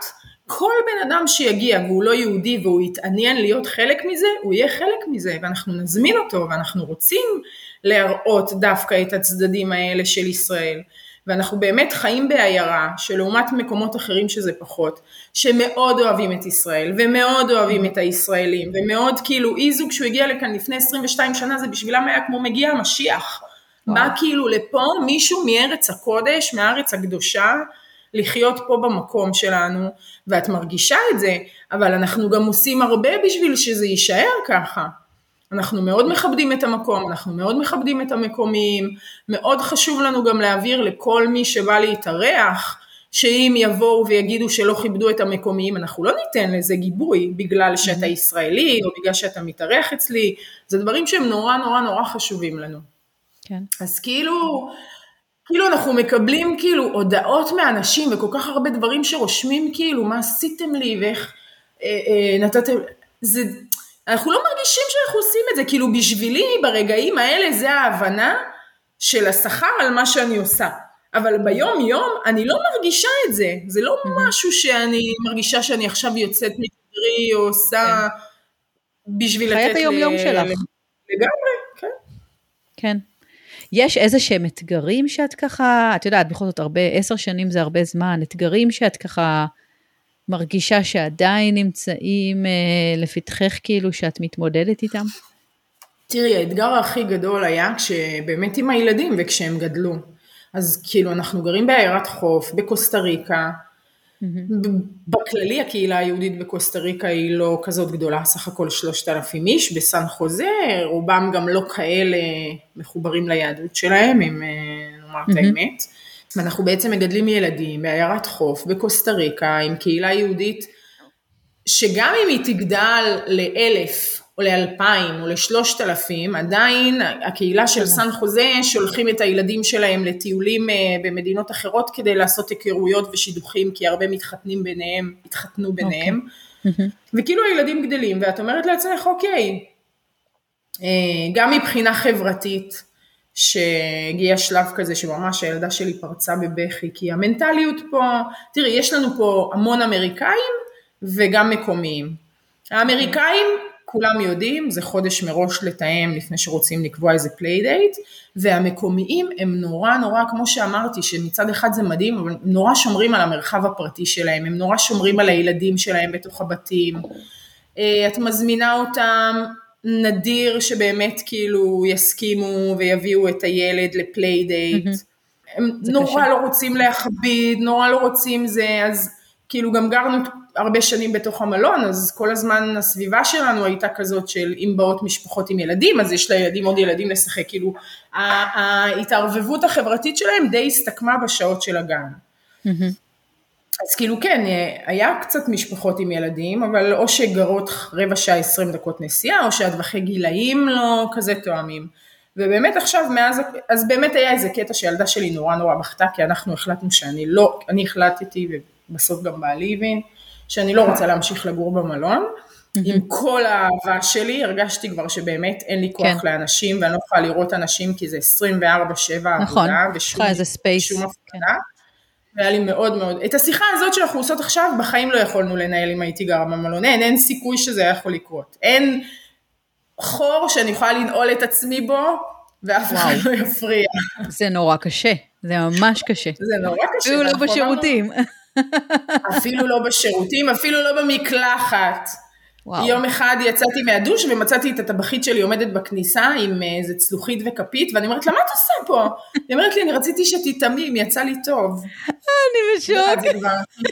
כל בן אדם שיגיע והוא לא יהודי והוא יתעניין להיות חלק מזה, הוא יהיה חלק מזה, ואנחנו נזמין אותו, ואנחנו רוצים להראות דווקא את הצדדים האלה של ישראל, ואנחנו באמת חיים בעיירה, שלעומת מקומות אחרים שזה פחות, שמאוד אוהבים את ישראל, ומאוד אוהבים את הישראלים, ומאוד כאילו, איזו כשהוא הגיע לכאן לפני עשרים ושתיים שנה, זה בשבילם היה כמו מגיע המשיח, בא כאילו לפה מישהו מארץ הקודש, מהארץ הקדושה, לחיות פה במקום שלנו, ואת מרגישה את זה, אבל אנחנו גם עושים הרבה בשביל שזה יישאר ככה. אנחנו מאוד מכבדים את המקום, אנחנו מאוד מכבדים את המקומים, מאוד חשוב לנו גם להעביר לכל מי שבא להתארח, שאם יבואו ויגידו שלא כיבדו את המקומיים, אנחנו לא ניתן לזה גיבוי, בגלל שאתה ישראלי, או בגלל שאתה מתארח אצלי, זה דברים שהם נורא נורא נורא חשובים לנו. כן. אז כאילו... כאילו אנחנו מקבלים כאילו הודעות מאנשים וכל כך הרבה דברים שרושמים כאילו מה עשיתם לי ואיך אה, אה, נתתם, זה, אנחנו לא מרגישים שאנחנו עושים את זה, כאילו בשבילי ברגעים האלה זה ההבנה של השכר על מה שאני עושה, אבל ביום יום אני לא מרגישה את זה, זה לא משהו שאני מרגישה שאני עכשיו יוצאת מקדרי או עושה בשביל לתת היום יום שלך. לגמרי, כן. כן. יש איזה שהם אתגרים שאת ככה, את יודעת, בכל זאת הרבה, עשר שנים זה הרבה זמן, אתגרים שאת ככה מרגישה שעדיין נמצאים אה, לפתחך כאילו שאת מתמודדת איתם? תראי, האתגר הכי גדול היה כשבאמת עם הילדים וכשהם גדלו. אז כאילו אנחנו גרים בעיירת חוף, בקוסטה ריקה, בכללי הקהילה היהודית בקוסטה ריקה היא לא כזאת גדולה, סך הכל שלושת אלפים איש, בסן חוזה, רובם גם לא כאלה מחוברים ליהדות שלהם, אם נאמר את האמת. ואנחנו בעצם מגדלים ילדים בעיירת חוף בקוסטה ריקה, עם קהילה יהודית, שגם אם היא תגדל לאלף, או לאלפיים, או לשלושת אלפים, עדיין הקהילה של סן חוזה שולחים את הילדים שלהם לטיולים במדינות אחרות, כדי לעשות היכרויות ושידוכים, כי הרבה מתחתנים ביניהם, התחתנו ביניהם, וכאילו הילדים גדלים, ואת אומרת לעצמך, אוקיי, גם מבחינה חברתית, שהגיע שלב כזה, שממש הילדה שלי פרצה בבכי, כי המנטליות פה, תראי, יש לנו פה המון אמריקאים, וגם מקומיים. האמריקאים, כולם יודעים, זה חודש מראש לתאם לפני שרוצים לקבוע איזה פליידייט, והמקומיים הם נורא נורא, כמו שאמרתי, שמצד אחד זה מדהים, אבל הם נורא שומרים על המרחב הפרטי שלהם, הם נורא שומרים על הילדים שלהם בתוך הבתים, את מזמינה אותם, נדיר שבאמת כאילו יסכימו ויביאו את הילד לפליידייט, הם נורא לא רוצים להכביד, נורא לא רוצים זה, אז כאילו גם גרנו הרבה שנים בתוך המלון, אז כל הזמן הסביבה שלנו הייתה כזאת של אם באות משפחות עם ילדים, אז יש לילדים עוד ילדים לשחק, כאילו ההתערבבות החברתית שלהם די הסתכמה בשעות של הגן. אז כאילו כן, היה קצת משפחות עם ילדים, אבל או שגרות רבע שעה עשרים דקות נסיעה, או שהטווחי גילאים לא כזה תואמים. ובאמת עכשיו מאז, אז באמת היה איזה קטע שילדה שלי נורא נורא בכתה, כי אנחנו החלטנו שאני לא, אני החלטתי ובסוף גם בעלי הבין, שאני לא רוצה להמשיך לגור במלון, עם כל האהבה שלי, הרגשתי כבר שבאמת אין לי כוח לאנשים, ואני לא יכולה לראות אנשים, כי זה עשרים וארבע שבע עבודה, ושום הפקדה, והיה לי מאוד מאוד, את השיחה הזאת שאנחנו עושות עכשיו, בחיים לא יכולנו לנהל אם הייתי גרה במלון, אין, אין סיכוי שזה יכול לקרות, אין חור שאני יכולה לנעול את עצמי בו, ואף אחד לא יפריע. זה נורא קשה, זה ממש קשה. זה נורא קשה. אפילו לא בשירותים. אפילו לא בשירותים, אפילו לא במקלחת. וואו. יום אחד יצאתי מהדוש ומצאתי את הטבחית שלי עומדת בכניסה עם איזה צלוחית וכפית, ואני אומרת לה, מה את עושה פה? היא אומרת לי, אני רציתי שתתאמים, יצא לי טוב. אני בשוק.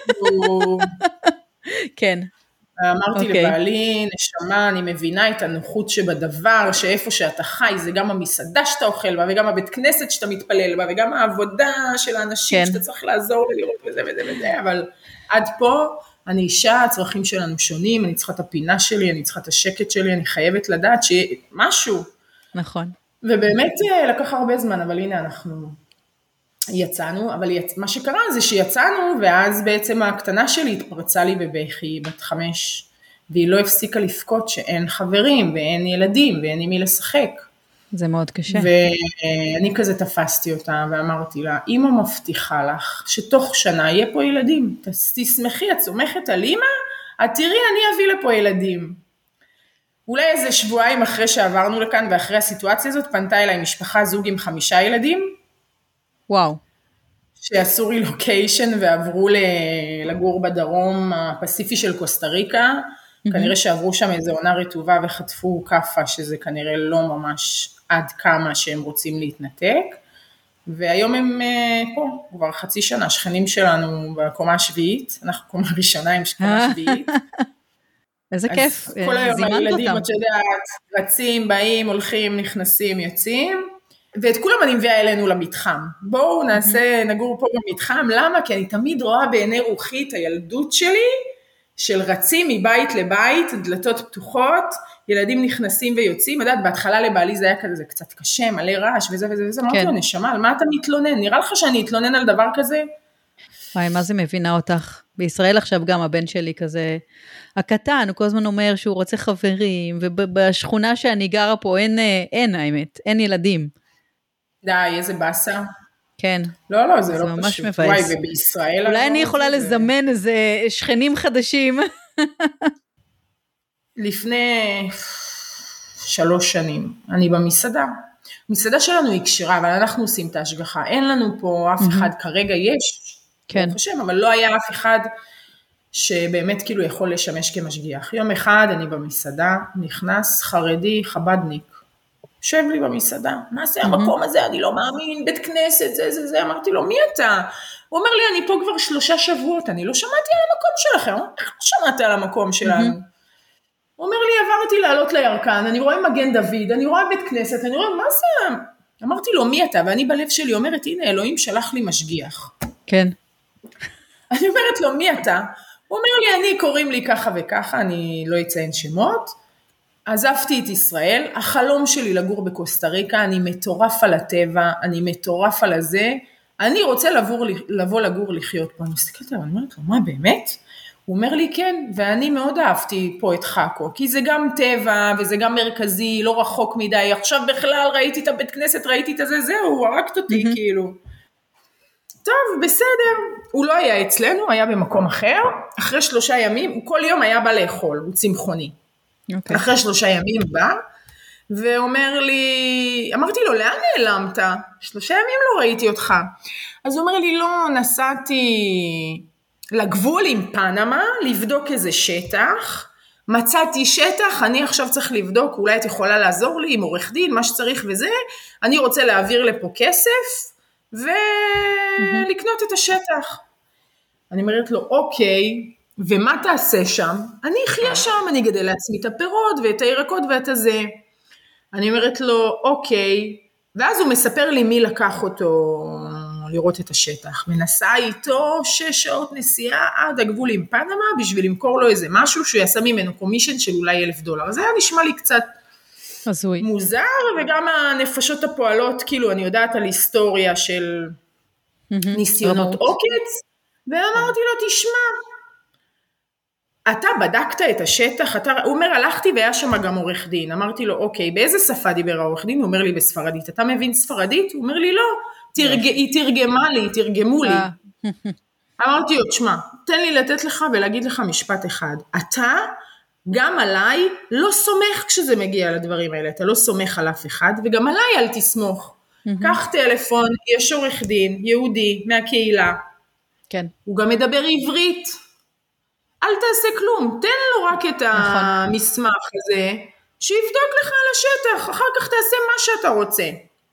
כן. אמרתי okay. לבעלי, נשמה, אני מבינה את הנוחות שבדבר, שאיפה שאתה חי, זה גם המסעדה שאתה אוכל בה, וגם הבית כנסת שאתה מתפלל בה, וגם העבודה של האנשים כן. שאתה צריך לעזור ולראות וזה וזה וזה, אבל עד פה, אני אישה, הצרכים שלנו שונים, אני צריכה את הפינה שלי, אני צריכה את השקט שלי, אני חייבת לדעת שיהיה משהו. נכון. ובאמת לקח הרבה זמן, אבל הנה אנחנו יצאנו, אבל יצ... מה שקרה זה שיצאנו, ואז בעצם הקטנה שלי התפרצה לי בבכי, בת חמש, והיא לא הפסיקה לפקות שאין חברים, ואין ילדים, ואין עם מי לשחק. זה מאוד קשה. ואני כזה תפסתי אותה ואמרתי לה, אמא מבטיחה לך שתוך שנה יהיה פה ילדים, תשמחי, את סומכת על אמא, את תראי אני אביא לפה ילדים. אולי איזה שבועיים אחרי שעברנו לכאן ואחרי הסיטואציה הזאת, פנתה אליי משפחה זוג עם חמישה ילדים. וואו. שעשו רילוקיישן ועברו לגור בדרום הפסיפי של קוסטה ריקה, mm-hmm. כנראה שעברו שם איזו עונה רטובה וחטפו קפה, שזה כנראה לא ממש עד כמה שהם רוצים להתנתק, והיום הם פה, כבר חצי שנה, שכנים שלנו בקומה השביעית, אנחנו קומה ראשונה עם קומה שביעית. איזה כיף, כל היום הילדים, את יודעת, רצים, באים, הולכים, נכנסים, יוצאים, ואת כולם אני מביאה אלינו למתחם. בואו נעשה, נגור פה במתחם, למה? כי אני תמיד רואה בעיני רוחי את הילדות שלי, של רצים מבית לבית, דלתות פתוחות, ילדים נכנסים ויוצאים, יודעת, בהתחלה לבעלי זה היה כזה קצת קשה, מלא רעש וזה וזה וזה, אמרתי לו, נשמה, על מה אתה מתלונן? נראה לך שאני אתלונן על דבר כזה? וואי, מה זה מבינה אותך? בישראל עכשיו גם הבן שלי כזה, הקטן, הוא כל הזמן אומר שהוא רוצה חברים, ובשכונה שאני גרה פה אין, אין האמת, אין ילדים. די, איזה באסה. כן. לא, לא, זה, זה לא ממש פשוט. מבאס. וואי, ובישראל... אולי אני יכולה זה... לזמן איזה שכנים חדשים. לפני שלוש שנים, אני במסעדה. המסעדה שלנו היא קשירה, אבל אנחנו עושים את ההשגחה. אין לנו פה אף אחד, כרגע יש, כן. חושב, אבל לא היה אף אחד שבאמת כאילו יכול לשמש כמשגיח. יום אחד אני במסעדה, נכנס חרדי חבדניק. יושב לי במסעדה, מה זה המקום הזה, אני לא מאמין, בית כנסת, זה, זה, זה, אמרתי לו, מי אתה? הוא אומר לי, אני פה כבר שלושה שבועות, אני לא שמעתי על המקום שלכם, איך לא שמעת על המקום שלנו? הוא אומר לי, עברתי לעלות לירקן, אני רואה מגן דוד, אני רואה בית כנסת, אני רואה, מה זה? אמרתי לו, מי אתה? ואני בלב שלי אומרת, הנה, אלוהים שלח לי משגיח. כן. אני אומרת לו, מי אתה? הוא אומר לי, אני קוראים לי ככה וככה, אני לא אציין שמות, עזבתי את ישראל, החלום שלי לגור בקוסטה ריקה, אני מטורף על הטבע, אני מטורף על הזה, אני רוצה לבוא, לבוא לגור לחיות פה, אני מסתכלת עליו, אני אומרת לו, מה באמת? הוא אומר לי כן, ואני מאוד אהבתי פה את חקו, כי זה גם טבע, וזה גם מרכזי, לא רחוק מדי, עכשיו בכלל ראיתי את הבית כנסת, ראיתי את זה, זהו, הוא הרקת אותי mm-hmm. כאילו. טוב, בסדר, הוא לא היה אצלנו, היה במקום אחר, אחרי שלושה ימים, הוא כל יום היה בא לאכול, הוא צמחוני. Okay. אחרי שלושה ימים בא, ואומר לי, אמרתי לו, לאן נעלמת? שלושה ימים לא ראיתי אותך. אז הוא אומר לי, לא, נסעתי לגבול עם פנמה, לבדוק איזה שטח, מצאתי שטח, אני עכשיו צריך לבדוק, אולי את יכולה לעזור לי עם עורך דין, מה שצריך וזה, אני רוצה להעביר לפה כסף, ולקנות את השטח. אני אומרת לו, אוקיי, ומה תעשה שם? אני אחיה שם, אני גדל לעצמי את הפירות ואת הירקות ואת הזה. אני אומרת לו, אוקיי, ואז הוא מספר לי מי לקח אותו לראות את השטח. ונסע איתו שש שעות נסיעה עד הגבול עם פנמה, בשביל למכור לו איזה משהו שהוא יעשה ממנו קומישן של אולי אלף דולר. אז זה היה נשמע לי קצת הזוי. מוזר, וגם הנפשות הפועלות, כאילו אני יודעת על היסטוריה של ניסיונות עוקץ, ואמרתי לו, תשמע, אתה בדקת את השטח, אתה, הוא אומר, הלכתי והיה שם גם עורך דין, אמרתי לו, אוקיי, באיזה שפה דיבר העורך דין? הוא אומר לי, בספרדית, אתה מבין ספרדית? הוא אומר לי, לא, תרג... היא תרגמה לי, תרגמו לי. אמרתי לו, תשמע, תן לי לתת לך ולהגיד לך משפט אחד, אתה גם עליי לא סומך כשזה מגיע לדברים האלה, אתה לא סומך על אף אחד, וגם עליי אל תסמוך. קח טלפון, יש עורך דין, יהודי, מהקהילה, כן. הוא גם מדבר עברית, אל תעשה כלום, תן לו רק את המסמך הזה, שיבדוק לך על השטח, אחר כך תעשה מה שאתה רוצה.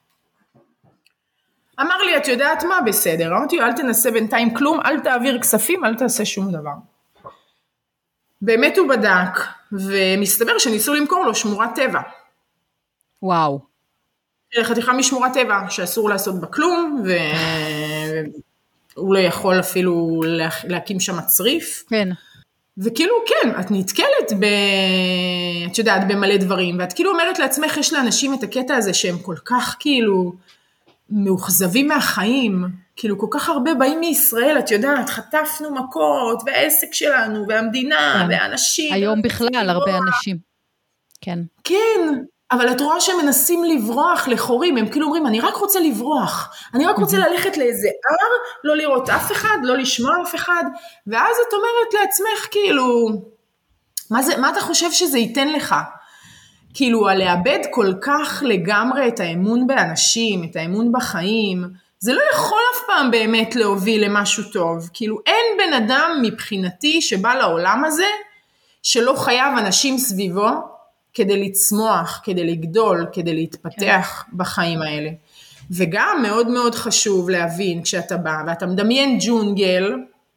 אמר לי, את יודעת מה? בסדר. אמרתי, אל תנסה בינתיים כלום, אל תעביר כספים, אל תעשה שום דבר. באמת הוא בדק, ומסתבר שניסו למכור לו שמורת טבע. וואו. חתיכה משמורת טבע, שאסור לעשות בה כלום, והוא לא יכול אפילו להקים שם צריף. כן. וכאילו כן, את נתקלת ב... את יודעת, במלא דברים, ואת כאילו אומרת לעצמך, יש לאנשים את הקטע הזה שהם כל כך כאילו מאוכזבים מהחיים, כאילו כל כך הרבה באים מישראל, את יודעת, חטפנו מכות, והעסק שלנו, והמדינה, כן. והאנשים. היום בכלל הרבה אנשים. כן. כן, אבל את רואה שהם מנסים לברוח לחורים, הם כאילו אומרים, אני רק רוצה לברוח, אני רק רוצה ללכת לאיזה הר, לא לראות אף אחד, לא לשמוע אף אחד, ואז את אומרת לעצמך, כאילו, מה זה, מה אתה חושב שזה ייתן לך? כאילו, על לאבד כל כך לגמרי את האמון באנשים, את האמון בחיים, זה לא יכול אף פעם באמת להוביל למשהו טוב, כאילו, אין בן אדם מבחינתי שבא לעולם הזה, שלא חייב אנשים סביבו, כדי לצמוח, כדי לגדול, כדי להתפתח כן. בחיים האלה. וגם מאוד מאוד חשוב להבין, כשאתה בא, ואתה מדמיין ג'ונגל,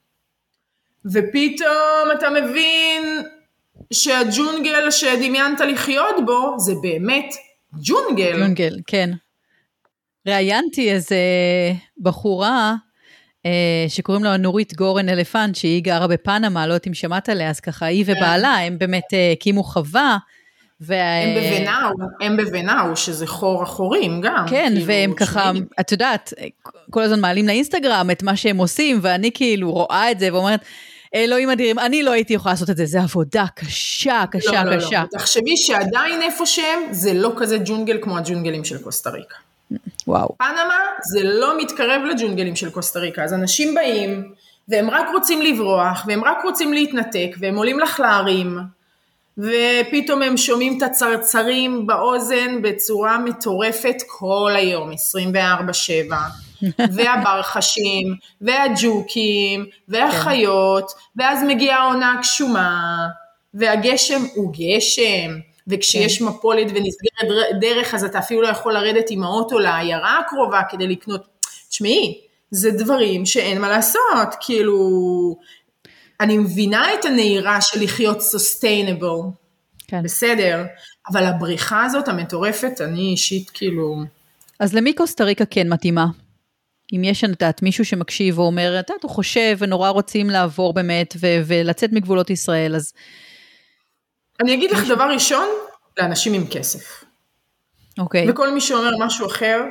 ופתאום אתה מבין, שהג'ונגל שדמיינת לחיות בו, זה באמת ג'ונגל. ג'ונגל, כן. ראיינתי איזה בחורה, שקוראים לו נורית גורן אלפנט, שהיא גרה בפנמה, לא יודעת אם שמעת עליה, אז ככה, היא ובעלה, הם באמת הקימו חווה, הם בבנאו, הם בבנאו, שזה חור החורים גם. כן, והם ככה, את יודעת, כל הזמן מעלים לאינסטגרם את מה שהם עושים, ואני כאילו רואה את זה ואומרת, אלוהים אדירים, אני לא הייתי יכולה לעשות את זה, זה עבודה קשה, קשה, לא, קשה. לא, לא. תחשבי שעדיין איפה שהם, זה לא כזה ג'ונגל כמו הג'ונגלים של קוסטה ריקה. וואו. פנמה זה לא מתקרב לג'ונגלים של קוסטה ריקה, אז אנשים באים, והם רק רוצים לברוח, והם רק רוצים להתנתק, והם עולים לך להרים, ופתאום הם שומעים את הצרצרים באוזן בצורה מטורפת כל היום, עשרים וארבע שבע. והברחשים, והג'וקים, והחיות, ואז מגיעה העונה הקשומה, והגשם הוא גשם, וכשיש מפולת ונסגרת דרך, אז אתה אפילו לא יכול לרדת עם האוטו לעיירה הקרובה כדי לקנות. תשמעי, זה דברים שאין מה לעשות, כאילו, אני מבינה את הנהירה של לחיות sustainable, כן. בסדר, אבל הבריחה הזאת המטורפת, אני אישית כאילו... אז למי קוסטה ריקה כן מתאימה? אם יש נתת מישהו שמקשיב ואומר, אתה הוא חושב ונורא רוצים לעבור באמת ו- ולצאת מגבולות ישראל, אז... אני אגיד לך דבר ראשון, לאנשים עם כסף. אוקיי. וכל מי שאומר משהו אחר,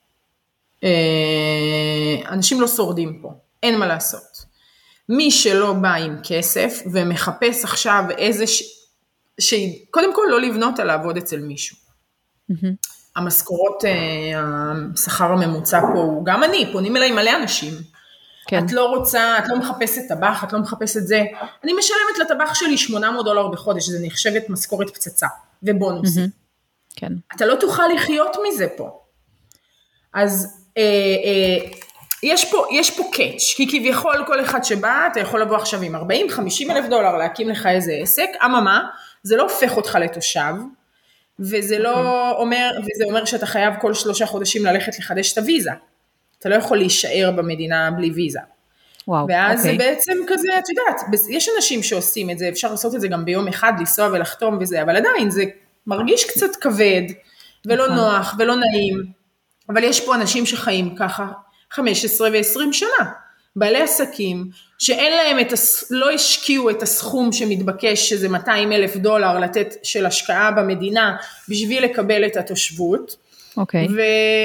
אנשים לא שורדים פה, אין מה לעשות. מי שלא בא עם כסף ומחפש עכשיו איזה... ש... ש... קודם כל לא לבנות על לעבוד אצל מישהו. Mm-hmm. המשכורות, השכר הממוצע פה, גם אני, פונים אליי מלא אנשים. כן. את לא רוצה, את לא מחפשת טבח, את לא מחפשת זה. אני משלמת לטבח שלי שמונה מאות דולר בחודש, זה נחשבת משכורת פצצה ובונוסים. Mm-hmm. כן. אתה לא תוכל לחיות מזה פה. אז אה, אה, יש פה, יש פה קאץ', כי כביכול כל אחד שבא, אתה יכול לבוא עכשיו עם ארבעים חמישים אלף דולר, להקים לך איזה עסק, אממה, זה לא הופך אותך לתושב, וזה לא אומר, וזה אומר שאתה חייב כל שלושה חודשים ללכת לחדש את הוויזה. אתה לא יכול להישאר במדינה בלי ויזה. וואו, ואז אוקיי. זה בעצם כזה, את יודעת, יש אנשים שעושים את זה, אפשר לעשות את זה גם ביום אחד, לנסוע ולחתום וזה, אבל עדיין זה מרגיש קצת כבד, ולא נוח, ולא נעים. אבל יש פה אנשים שחיים ככה חמש עשרה ועשרים שנה. בעלי עסקים, שאין להם את, לא השקיעו את הסכום שמתבקש, שזה מאתיים אלף דולר לתת של השקעה במדינה, בשביל לקבל את התושבות. אוקיי. ו...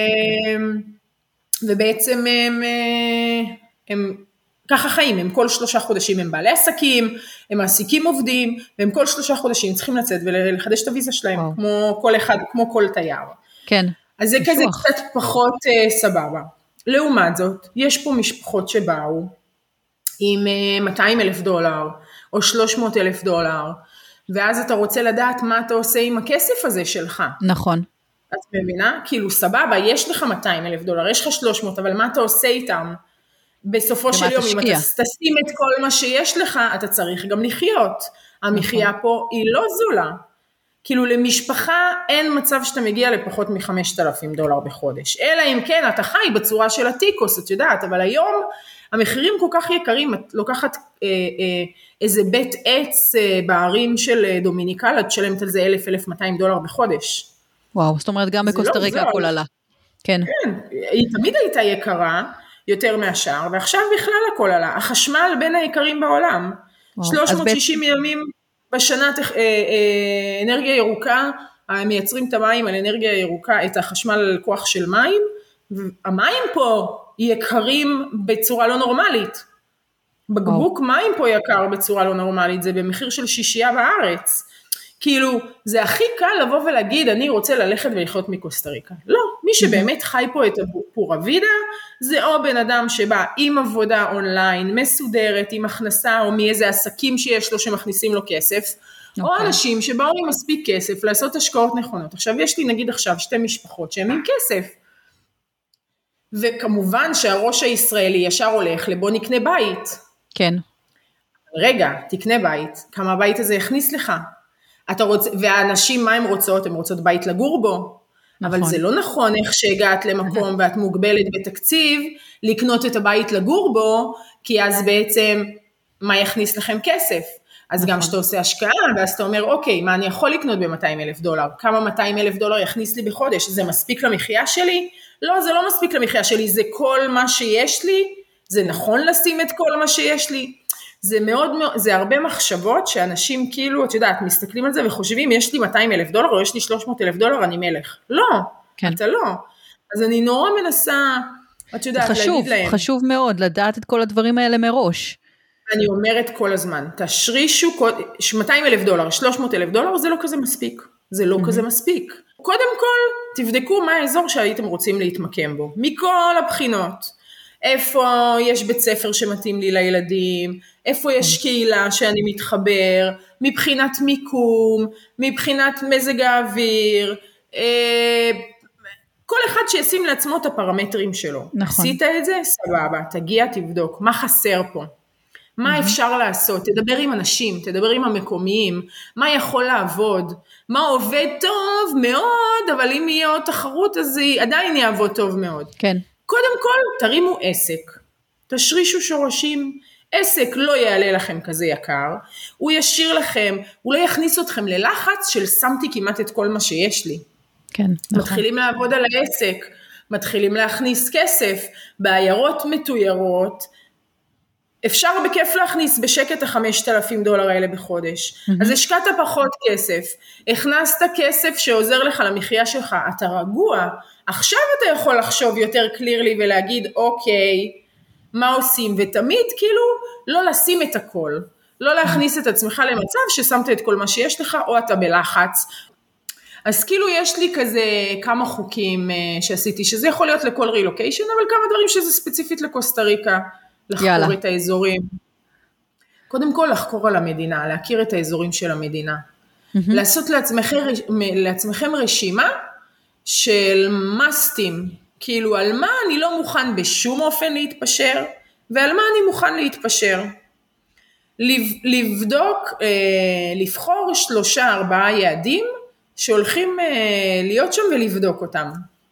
ובעצם הם, הם ככה חיים, הם כל שלושה חודשים הם בעלי עסקים, הם מעסיקים עובדים, והם כל שלושה חודשים צריכים לצאת ולחדש את הוויזה שלהם, וואו. כמו כל אחד, כמו כל תייר. כן. אז זה כזה קצת פחות uh, סבבה. לעומת זאת, יש פה משפחות שבאו עם uh, מאתיים אלף דולר, או שלוש מאות אלף דולר, ואז אתה רוצה לדעת מה אתה עושה עם הכסף הזה שלך. נכון. את מבינה? כאילו סבבה, יש לך מאתיים אלף דולר, יש לך שלוש מאות, אבל מה אתה עושה איתם? בסופו של יום, אם אתה תשים את כל מה שיש לך, אתה צריך גם לחיות. המחיה פה היא לא זולה. כאילו למשפחה אין מצב שאתה מגיע לפחות מ-חמשת אלפים דולר בחודש. אלא אם כן, אתה חי בצורה של הטיקוס, את יודעת, אבל היום המחירים כל כך יקרים, את לוקחת אה, אה, איזה בית עץ אה, בערים של דומיניקל, את שלמת על זה אלף אלף מאתיים דולר בחודש. וואו, זאת אומרת גם בקוסטה ריקה הכל עלה. כן. כן, היא תמיד הייתה יקרה יותר מהשאר, ועכשיו בכלל הכל עלה. החשמל בין היקרים בעולם. וואו, שלוש מאות ושישים בית... ימים בשנה אה, אה, אנרגיה ירוקה, מייצרים את המים על אנרגיה ירוקה, את החשמל על כוח של מים, והמים פה יקרים בצורה לא נורמלית. בקבוק וואו. מים פה יקר בצורה לא נורמלית, זה במחיר של שישייה בארץ. כאילו, זה הכי קל לבוא ולהגיד, אני רוצה ללכת ולחיות מקוסטה ריקה. לא, מי שבאמת חי פה את הפורה וידה, זה או בן אדם שבא עם עבודה אונליין, מסודרת, עם הכנסה, או מאיזה עסקים שיש לו שמכניסים לו כסף, okay. או אנשים שבאו עם מספיק כסף לעשות השקעות נכונות. עכשיו, יש לי נגיד עכשיו שתי משפחות שהן עם כסף, וכמובן שהראש הישראלי ישר הולך לבוא נקנה בית. כן. רגע, תקנה בית, כמה הבית הזה יכניס לך? אתה רוצה, והאנשים מה הם רוצות? הם רוצות בית לגור בו, נכון. אבל זה לא נכון איך שהגעת למקום ואת מוגבלת בתקציב, לקנות את הבית לגור בו, כי אז בעצם מה יכניס לכם כסף? אז נכון. גם שאתה עושה השקעה, ואז אתה אומר, אוקיי, מה אני יכול לקנות ב-מאתיים אלף דולר? כמה מאתיים אלף דולר יכניס לי בחודש? זה מספיק למחיה שלי? לא, זה לא מספיק למחיה שלי, זה כל מה שיש לי, זה נכון לשים את כל מה שיש לי, זה מאוד, זה הרבה מחשבות שאנשים כאילו, את יודעת, מסתכלים על זה וחושבים, יש לי מאתיים אלף דולר או יש לי שלוש מאות אלף דולר, אני מלך. לא, כן. אתה לא. אז אני נורא מנסה, את יודעת, חשוב, להגיד להם. חשוב מאוד לדעת את כל הדברים האלה מראש. אני אומרת כל הזמן, תשרישו, מאתיים אלף דולר, שלוש מאות אלף דולר, זה לא כזה מספיק. זה לא mm-hmm. כזה מספיק. קודם כל, תבדקו מה האזור שהייתם רוצים להתמקם בו. מכל הבחינות. איפה יש בית ספר שמתאים לי לילדים, איפה יש קהילה שאני מתחבר, מבחינת מיקום, מבחינת מזג האוויר, כל אחד שישים לעצמו את הפרמטרים שלו. נכון. עשית את זה? סבבה, תגיע, תבדוק, מה חסר פה? מה אפשר לעשות? תדבר עם אנשים, תדבר עם המקומיים, מה יכול לעבוד, מה עובד טוב מאוד, אבל אם יהיה עוד תחרות, אז עדיין יעבוד טוב מאוד. כן. קודם כל, תרימו עסק, תשרישו שורשים, עסק לא יעלה לכם כזה יקר, הוא ישיר לכם, הוא לא יכניס אתכם ללחץ של שמתי כמעט את כל מה שיש לי. כן, נכון. מתחילים לעבוד על העסק, מתחילים להכניס כסף, בעיירות מתוירות, אפשר בכיף להכניס בשקט ה-חמשת אלפים דולר האלה בחודש, mm-hmm. אז השקעת פחות כסף, הכנסת כסף שעוזר לך למחיה שלך, אתה רגוע, עכשיו אתה יכול לחשוב יותר קלירלי ולהגיד, אוקיי, מה עושים? ותמיד כאילו לא לשים את הכל, לא להכניס את עצמך למצב ששמת את כל מה שיש לך, או אתה בלחץ. אז כאילו יש לי כזה כמה חוקים שעשיתי, שזה יכול להיות לכל רילוקיישן, אבל כמה דברים שזה ספציפית לקוסטה ריקה, לחקור יאללה. את האזורים. קודם כל לחקור על המדינה, להכיר את האזורים של המדינה. Mm-hmm. לעשות לעצמכם, לעצמכם רשימה, של מסטים, כאילו על מה אני לא מוכן בשום אופן להתפשר, ועל מה אני מוכן להתפשר. לבדוק, לבחור שלושה, ארבעה יעדים, שהולכים להיות שם ולבדוק אותם.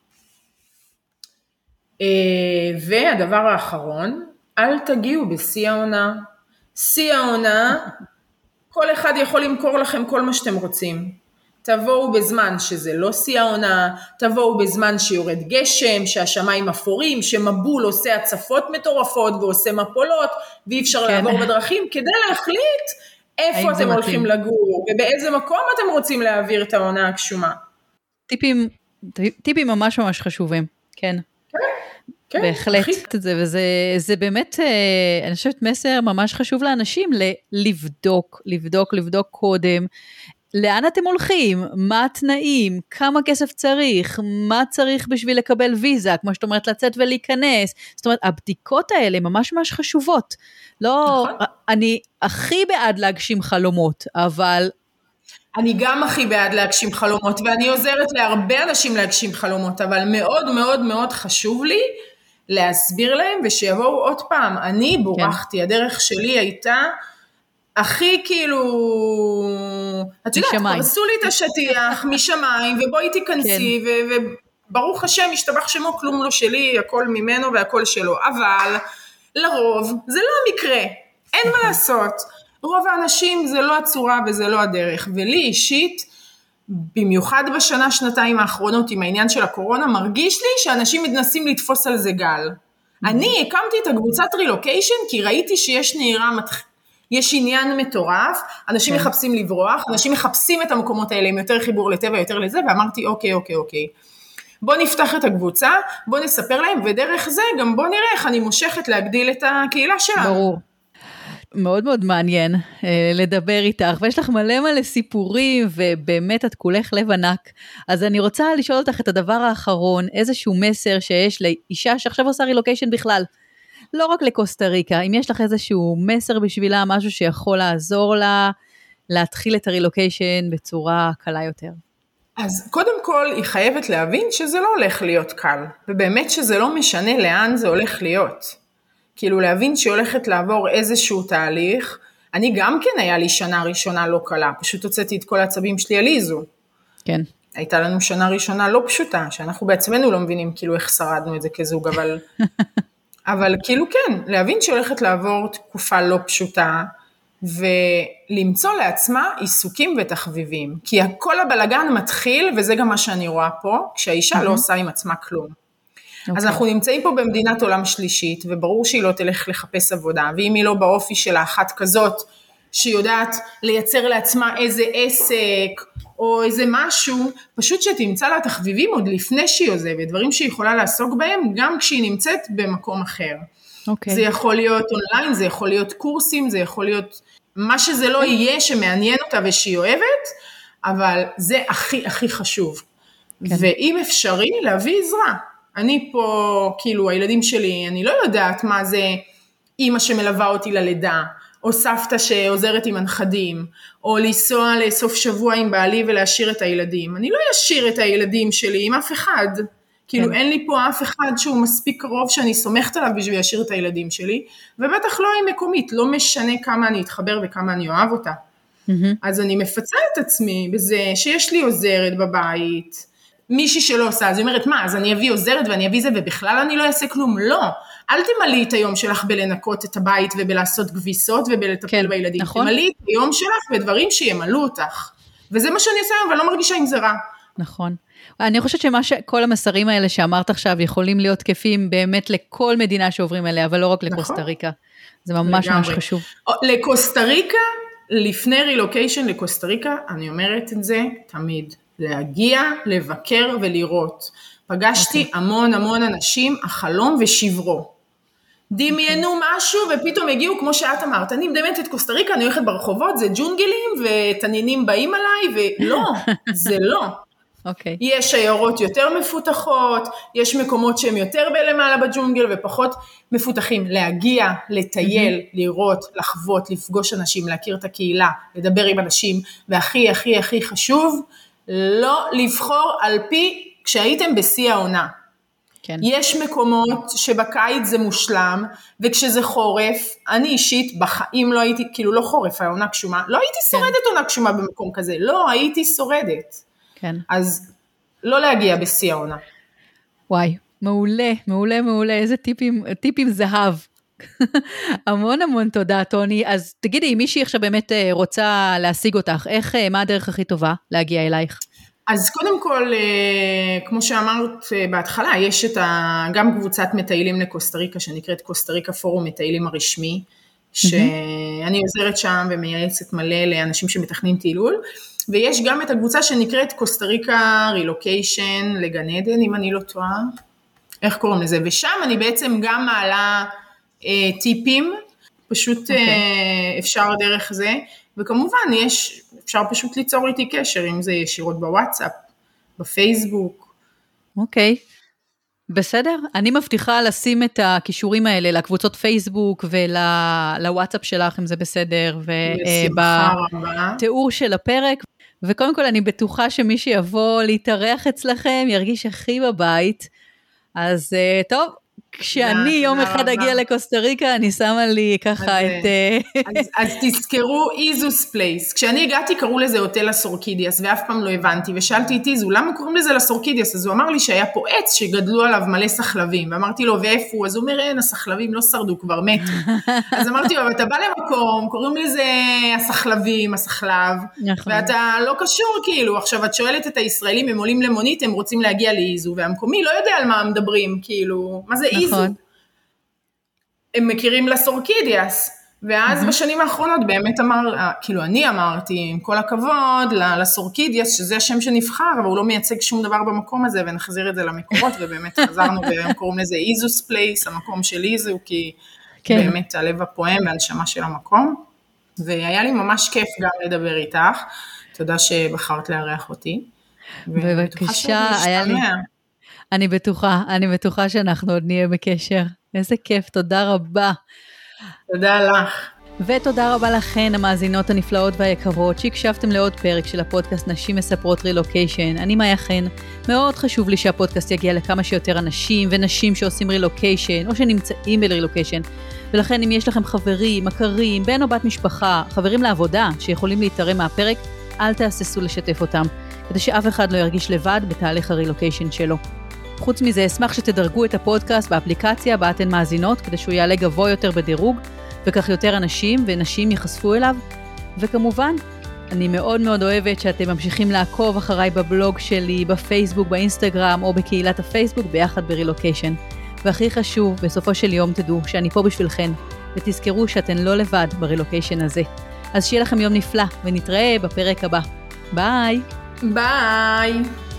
והדבר האחרון, אל תגיעו בשיא העונה. שיא העונה, כל אחד יכול למכור לכם כל מה שאתם רוצים. תבואו בזמן שזה לא שיא העונה, תבואו בזמן שיורד גשם, שהשמיים אפורים, שמבול עושה הצפות מטורפות ועושה מפולות, ואי אפשר כן. לעבור בדרכים, כדי להחליט איפה אתם הולכים לגור, ובאיזה מקום אתם רוצים להעביר את העונה הגשומה. טיפים, טיפים ממש ממש חשובים, כן. כן. כן, בהחלט את זה, וזה זה באמת, אני חושבת מסר ממש חשוב לאנשים, לבדוק, לבדוק, לבדוק קודם, לאן אתם הולכים, מה התנאים, כמה כסף צריך, מה צריך בשביל לקבל ויזה, כמו שאת אומרת, לצאת ולהיכנס, זאת אומרת, הבדיקות האלה ממש ממש חשובות, לא, נכון. אני הכי בעד להגשים חלומות, אבל... אני גם הכי בעד להגשים חלומות, ואני עוזרת להרבה אנשים להגשים חלומות, אבל מאוד מאוד מאוד חשוב לי, להסביר להם, ושיבואו עוד פעם, אני בורחתי, כן. הדרך שלי הייתה, הכי כאילו, את יודעת, פרסו לי את השטיח משמיים, ובואי תיכנסי, כן. וברוך השם, משתבח שמו, כלום לא שלי, הכל ממנו והכל שלו, אבל לרוב, זה לא המקרה, אין מה לעשות, רוב האנשים זה לא הצורה וזה לא הדרך, ולי אישית, במיוחד בשנה, שנתיים האחרונות עם העניין של הקורונה, מרגיש לי שאנשים מנסים לתפוס על זה גל. אני הקמתי את הקבוצת רילוקיישן, כי ראיתי שיש נהירה, יש עניין מטורף, אנשים מחפשים לברוח, אנשים מחפשים את המקומות האלה עם יותר חיבור לטבע, יותר לזה, ואמרתי, אוקיי, אוקיי, אוקיי. בוא נפתח את הקבוצה, בוא נספר להם, ודרך זה גם בוא נראה איך אני מושכת להגדיל את הקהילה שלנו. ברור. מאוד מאוד מעניין אה, לדבר איתך, ויש לך מלא מלא סיפורים, ובאמת את כולך לב ענק. אז אני רוצה לשאול אותך את הדבר האחרון, איזשהו מסר שיש לאישה שעכשיו עושה רילוקיישן בכלל, לא רק לקוסטה ריקה, אם יש לך איזשהו מסר בשבילה, משהו שיכול לעזור לה, להתחיל את הרילוקיישן בצורה קלה יותר. אז קודם כל היא חייבת להבין שזה לא הולך להיות קל, ובאמת שזה לא משנה לאן זה הולך להיות. כאילו להבין שהיא הולכת לעבור איזשהו תהליך, אני גם כן היה לי שנה ראשונה לא קלה, פשוט הוצאתי את כל העצבים שלי על איזו. כן. הייתה לנו שנה ראשונה לא פשוטה, שאנחנו בעצמנו לא מבינים כאילו איך שרדנו את זה כזוג, אבל, אבל כאילו כן, להבין שהיא הולכת לעבור תקופה לא פשוטה, ולמצוא לעצמה עיסוקים ותחביבים, כי כל הבלגן מתחיל, וזה גם מה שאני רואה פה, כשהאישה mm-hmm. לא עושה עם עצמה כלום. Okay. אז אנחנו נמצאים פה במדינת עולם שלישית, וברור שהיא לא תלך לחפש עבודה, ואם היא לא באופי שלה אחת כזאת, שיודעת לייצר לעצמה איזה עסק, או איזה משהו, פשוט שתמצא לה תחביבים עוד לפני שהיא עוזבת, דברים שהיא יכולה לעסוק בהם, גם כשהיא נמצאת במקום אחר. Okay. זה יכול להיות אונליין, זה יכול להיות קורסים, זה יכול להיות מה שזה לא יהיה שמעניין אותה ושהיא אוהבת, אבל זה הכי הכי חשוב. Okay. ואם אפשרי, להביא עזרה. אני פה, כאילו, הילדים שלי, אני לא יודעת מה זה אמא שמלווה אותי ללידה, או סבתא שעוזרת עם הנכדים, או לנסוע לסוף שבוע עם בעלי ולהשאיר את הילדים. אני לא אשאיר את הילדים שלי עם אף אחד. כאילו אין לי פה אף אחד שהוא מספיק קרוב שאני סומכת עליו בשביל להשאיר את הילדים שלי, ובטח לא היא מקומית, לא משנה כמה אני אתחבר וכמה אני אוהב אותה. אז אני מפצה את עצמי בזה שיש לי עוזרת בבית, מישהי שלא עושה, אז היא אומרת, מה, אז אני אביא עוזרת ואני אביא זה, ובכלל אני לא אעשה כלום, לא. אל תמלאי את היום שלך בלנקות את הבית ובלעשות גביסות ובלטפל כן, ביילדים. נכון. תמלאי את היום שלך בדברים שימלאו אותך. וזה מה שאני עושה, אבל לא מרגישה עם זה רע. נכון. אני חושבת שמה שכל המסרים האלה שאמרת עכשיו יכולים להיות תקפים באמת לכל מדינה שעוברים אליה, אבל לא רק לקוסטה ריקה. זה ממש ממש חשוב. לקוסטה ריקה, לפני רילוקיישן לקוסטה ריקה, אני אומרת את זה תמיד. להגיע, לבקר ולראות. פגשתי okay. המון המון אנשים, החלום ושברו. דמיינו okay. משהו ופתאום הגיעו, כמו שאת אמרת, אני מדמיינת את קוסטה ריקה, אני הולכת ברחובות, זה ג'ונגלים ותנינים באים עליי, ולא, זה לא. Okay. יש עיירות יותר מפותחות, יש מקומות שהם יותר בלמעלה בג'ונגל ופחות מפותחים. להגיע, לטייל, mm-hmm. לראות, לחוות, לפגוש אנשים, להכיר את הקהילה, לדבר עם אנשים, והכי הכי הכי חשוב, לא לבחור על פי כשהייתם בשיא העונה. כן. יש מקומות שבקיץ זה מושלם, וכשזה חורף, אני אישית בחיים לא הייתי, כאילו לא חורף, העונה קשומה, לא הייתי שורדת כן. עונה קשומה במקום כזה, לא הייתי שורדת. כן. אז לא להגיע בשיא העונה. וואי, מעולה, מעולה, מעולה, איזה טיפים, טיפים זהב. המון המון תודה, טוני. אז תגידי, אם מישהי עכשיו באמת רוצה להשיג אותך, איך, מה הדרך הכי טובה להגיע אלייך? אז קודם כל, כמו שאמרת בהתחלה, יש את ה, גם קבוצת מטיילים לקוסטה ריקה, שנקראת קוסטה ריקה פורום מטיילים הרשמי, שאני עוזרת שם ומייעצת מלא לאנשים שמתכננים טיילול, ויש גם את הקבוצה שנקראת קוסטה ריקה רילוקיישן לגן עדן, אם אני לא טועה, איך קוראים לזה? ושם אני בעצם גם מעלה אה, טיפים, פשוט okay. אה, אפשר דרך זה, וכמובן יש, אפשר פשוט ליצור איתי קשר, אם זה ישירות בוואטסאפ, בפייסבוק. אוקיי, okay. בסדר, אני מבטיחה לשים את הכישורים האלה לקבוצות פייסבוק ולוואטסאפ שלך, אם זה בסדר, ובתיאור של הפרק, וקודם כל אני בטוחה שמי שיבוא להתארח אצלכם, ירגיש הכי בבית, אז טוב, כשאני יום אחד אגיע לקוסטה ריקה, אני שמה לי ככה את... אז תזכרו איזוס פלייס. כשאני הגעתי קראו לזה הוטל הסורקידיאס, ואף פעם לא הבנתי, ושאלתי את איזו, למה קוראים לזה לסורקידיאס? אז הוא אמר לי שהיה פה עץ שגדלו עליו מלא סחלבים, ואמרתי לו, ואיפה הוא? אז הוא אומר, אין, הסחלבים לא שרדו, כבר מתו. אז אמרתי לו, אבל אתה בא למקום, קוראים לזה הסחלבים, הסחלב, ואתה לא קשור כאילו. עכשיו, את שואלת את הישראלים, הם עולים למונית, הם רוצים להגיע לאיזו, והמקומי לא יודע על מה מדברים, כאילו, מה זה איזו? הם מכירים לסורקידיאס, ואז בשנים האחרונות באמת אמר, כאילו אני אמרתי, עם כל הכבוד, לסורקידיאס, שזה השם שנבחר, אבל הוא לא מייצג שום דבר במקום הזה, ונחזיר את זה למקורות, ובאמת חזרנו, והם קוראים לזה איזוס פלייס, המקום של איזו, כי כן. באמת הלב הפועם והנשמה של המקום, והיה לי ממש כיף גם לדבר איתך, תודה שבחרת לארח אותי. בבקשה, היה לי, אני בטוחה, אני בטוחה שאנחנו עוד נהיה בקשר. איזה כיף, תודה רבה. תודה לך. ותודה רבה לכן, המאזינות הנפלאות והיקרות, שהקשבתם לעוד פרק של הפודקאסט נשים מספרות רילוקיישן. אני מאיה חן. מאוד חשוב לי שהפודקאסט יגיע לכמה שיותר אנשים ונשים שעושים רילוקיישן, או שנמצאים ברילוקיישן. ולכן אם יש לכם חברים, מכרים, בן או בת משפחה, חברים לעבודה, שיכולים להתערם מהפרק, אל תהססו לשתף אותם, כדי שאף אחד לא ירגיש לבד בתהליך הרילוקיישן שלו. חוץ מזה, אשמח שתדרגו את הפודקאסט באפליקציה בה אתן מאזינות, כדי שהוא יעלה גבוה יותר בדירוג, וכך יותר אנשים ונשים יחשפו אליו. וכמובן, אני מאוד מאוד אוהבת שאתם ממשיכים לעקוב אחריי בבלוג שלי, בפייסבוק, באינסטגרם או בקהילת הפייסבוק ביחד ברילוקיישן. והכי חשוב, בסופו של יום תדעו שאני פה בשבילכן, ותזכרו שאתן לא לבד ברילוקיישן הזה. אז שיהיה לכם יום נפלא, ונתראה בפרק הבא. ביי! ביי!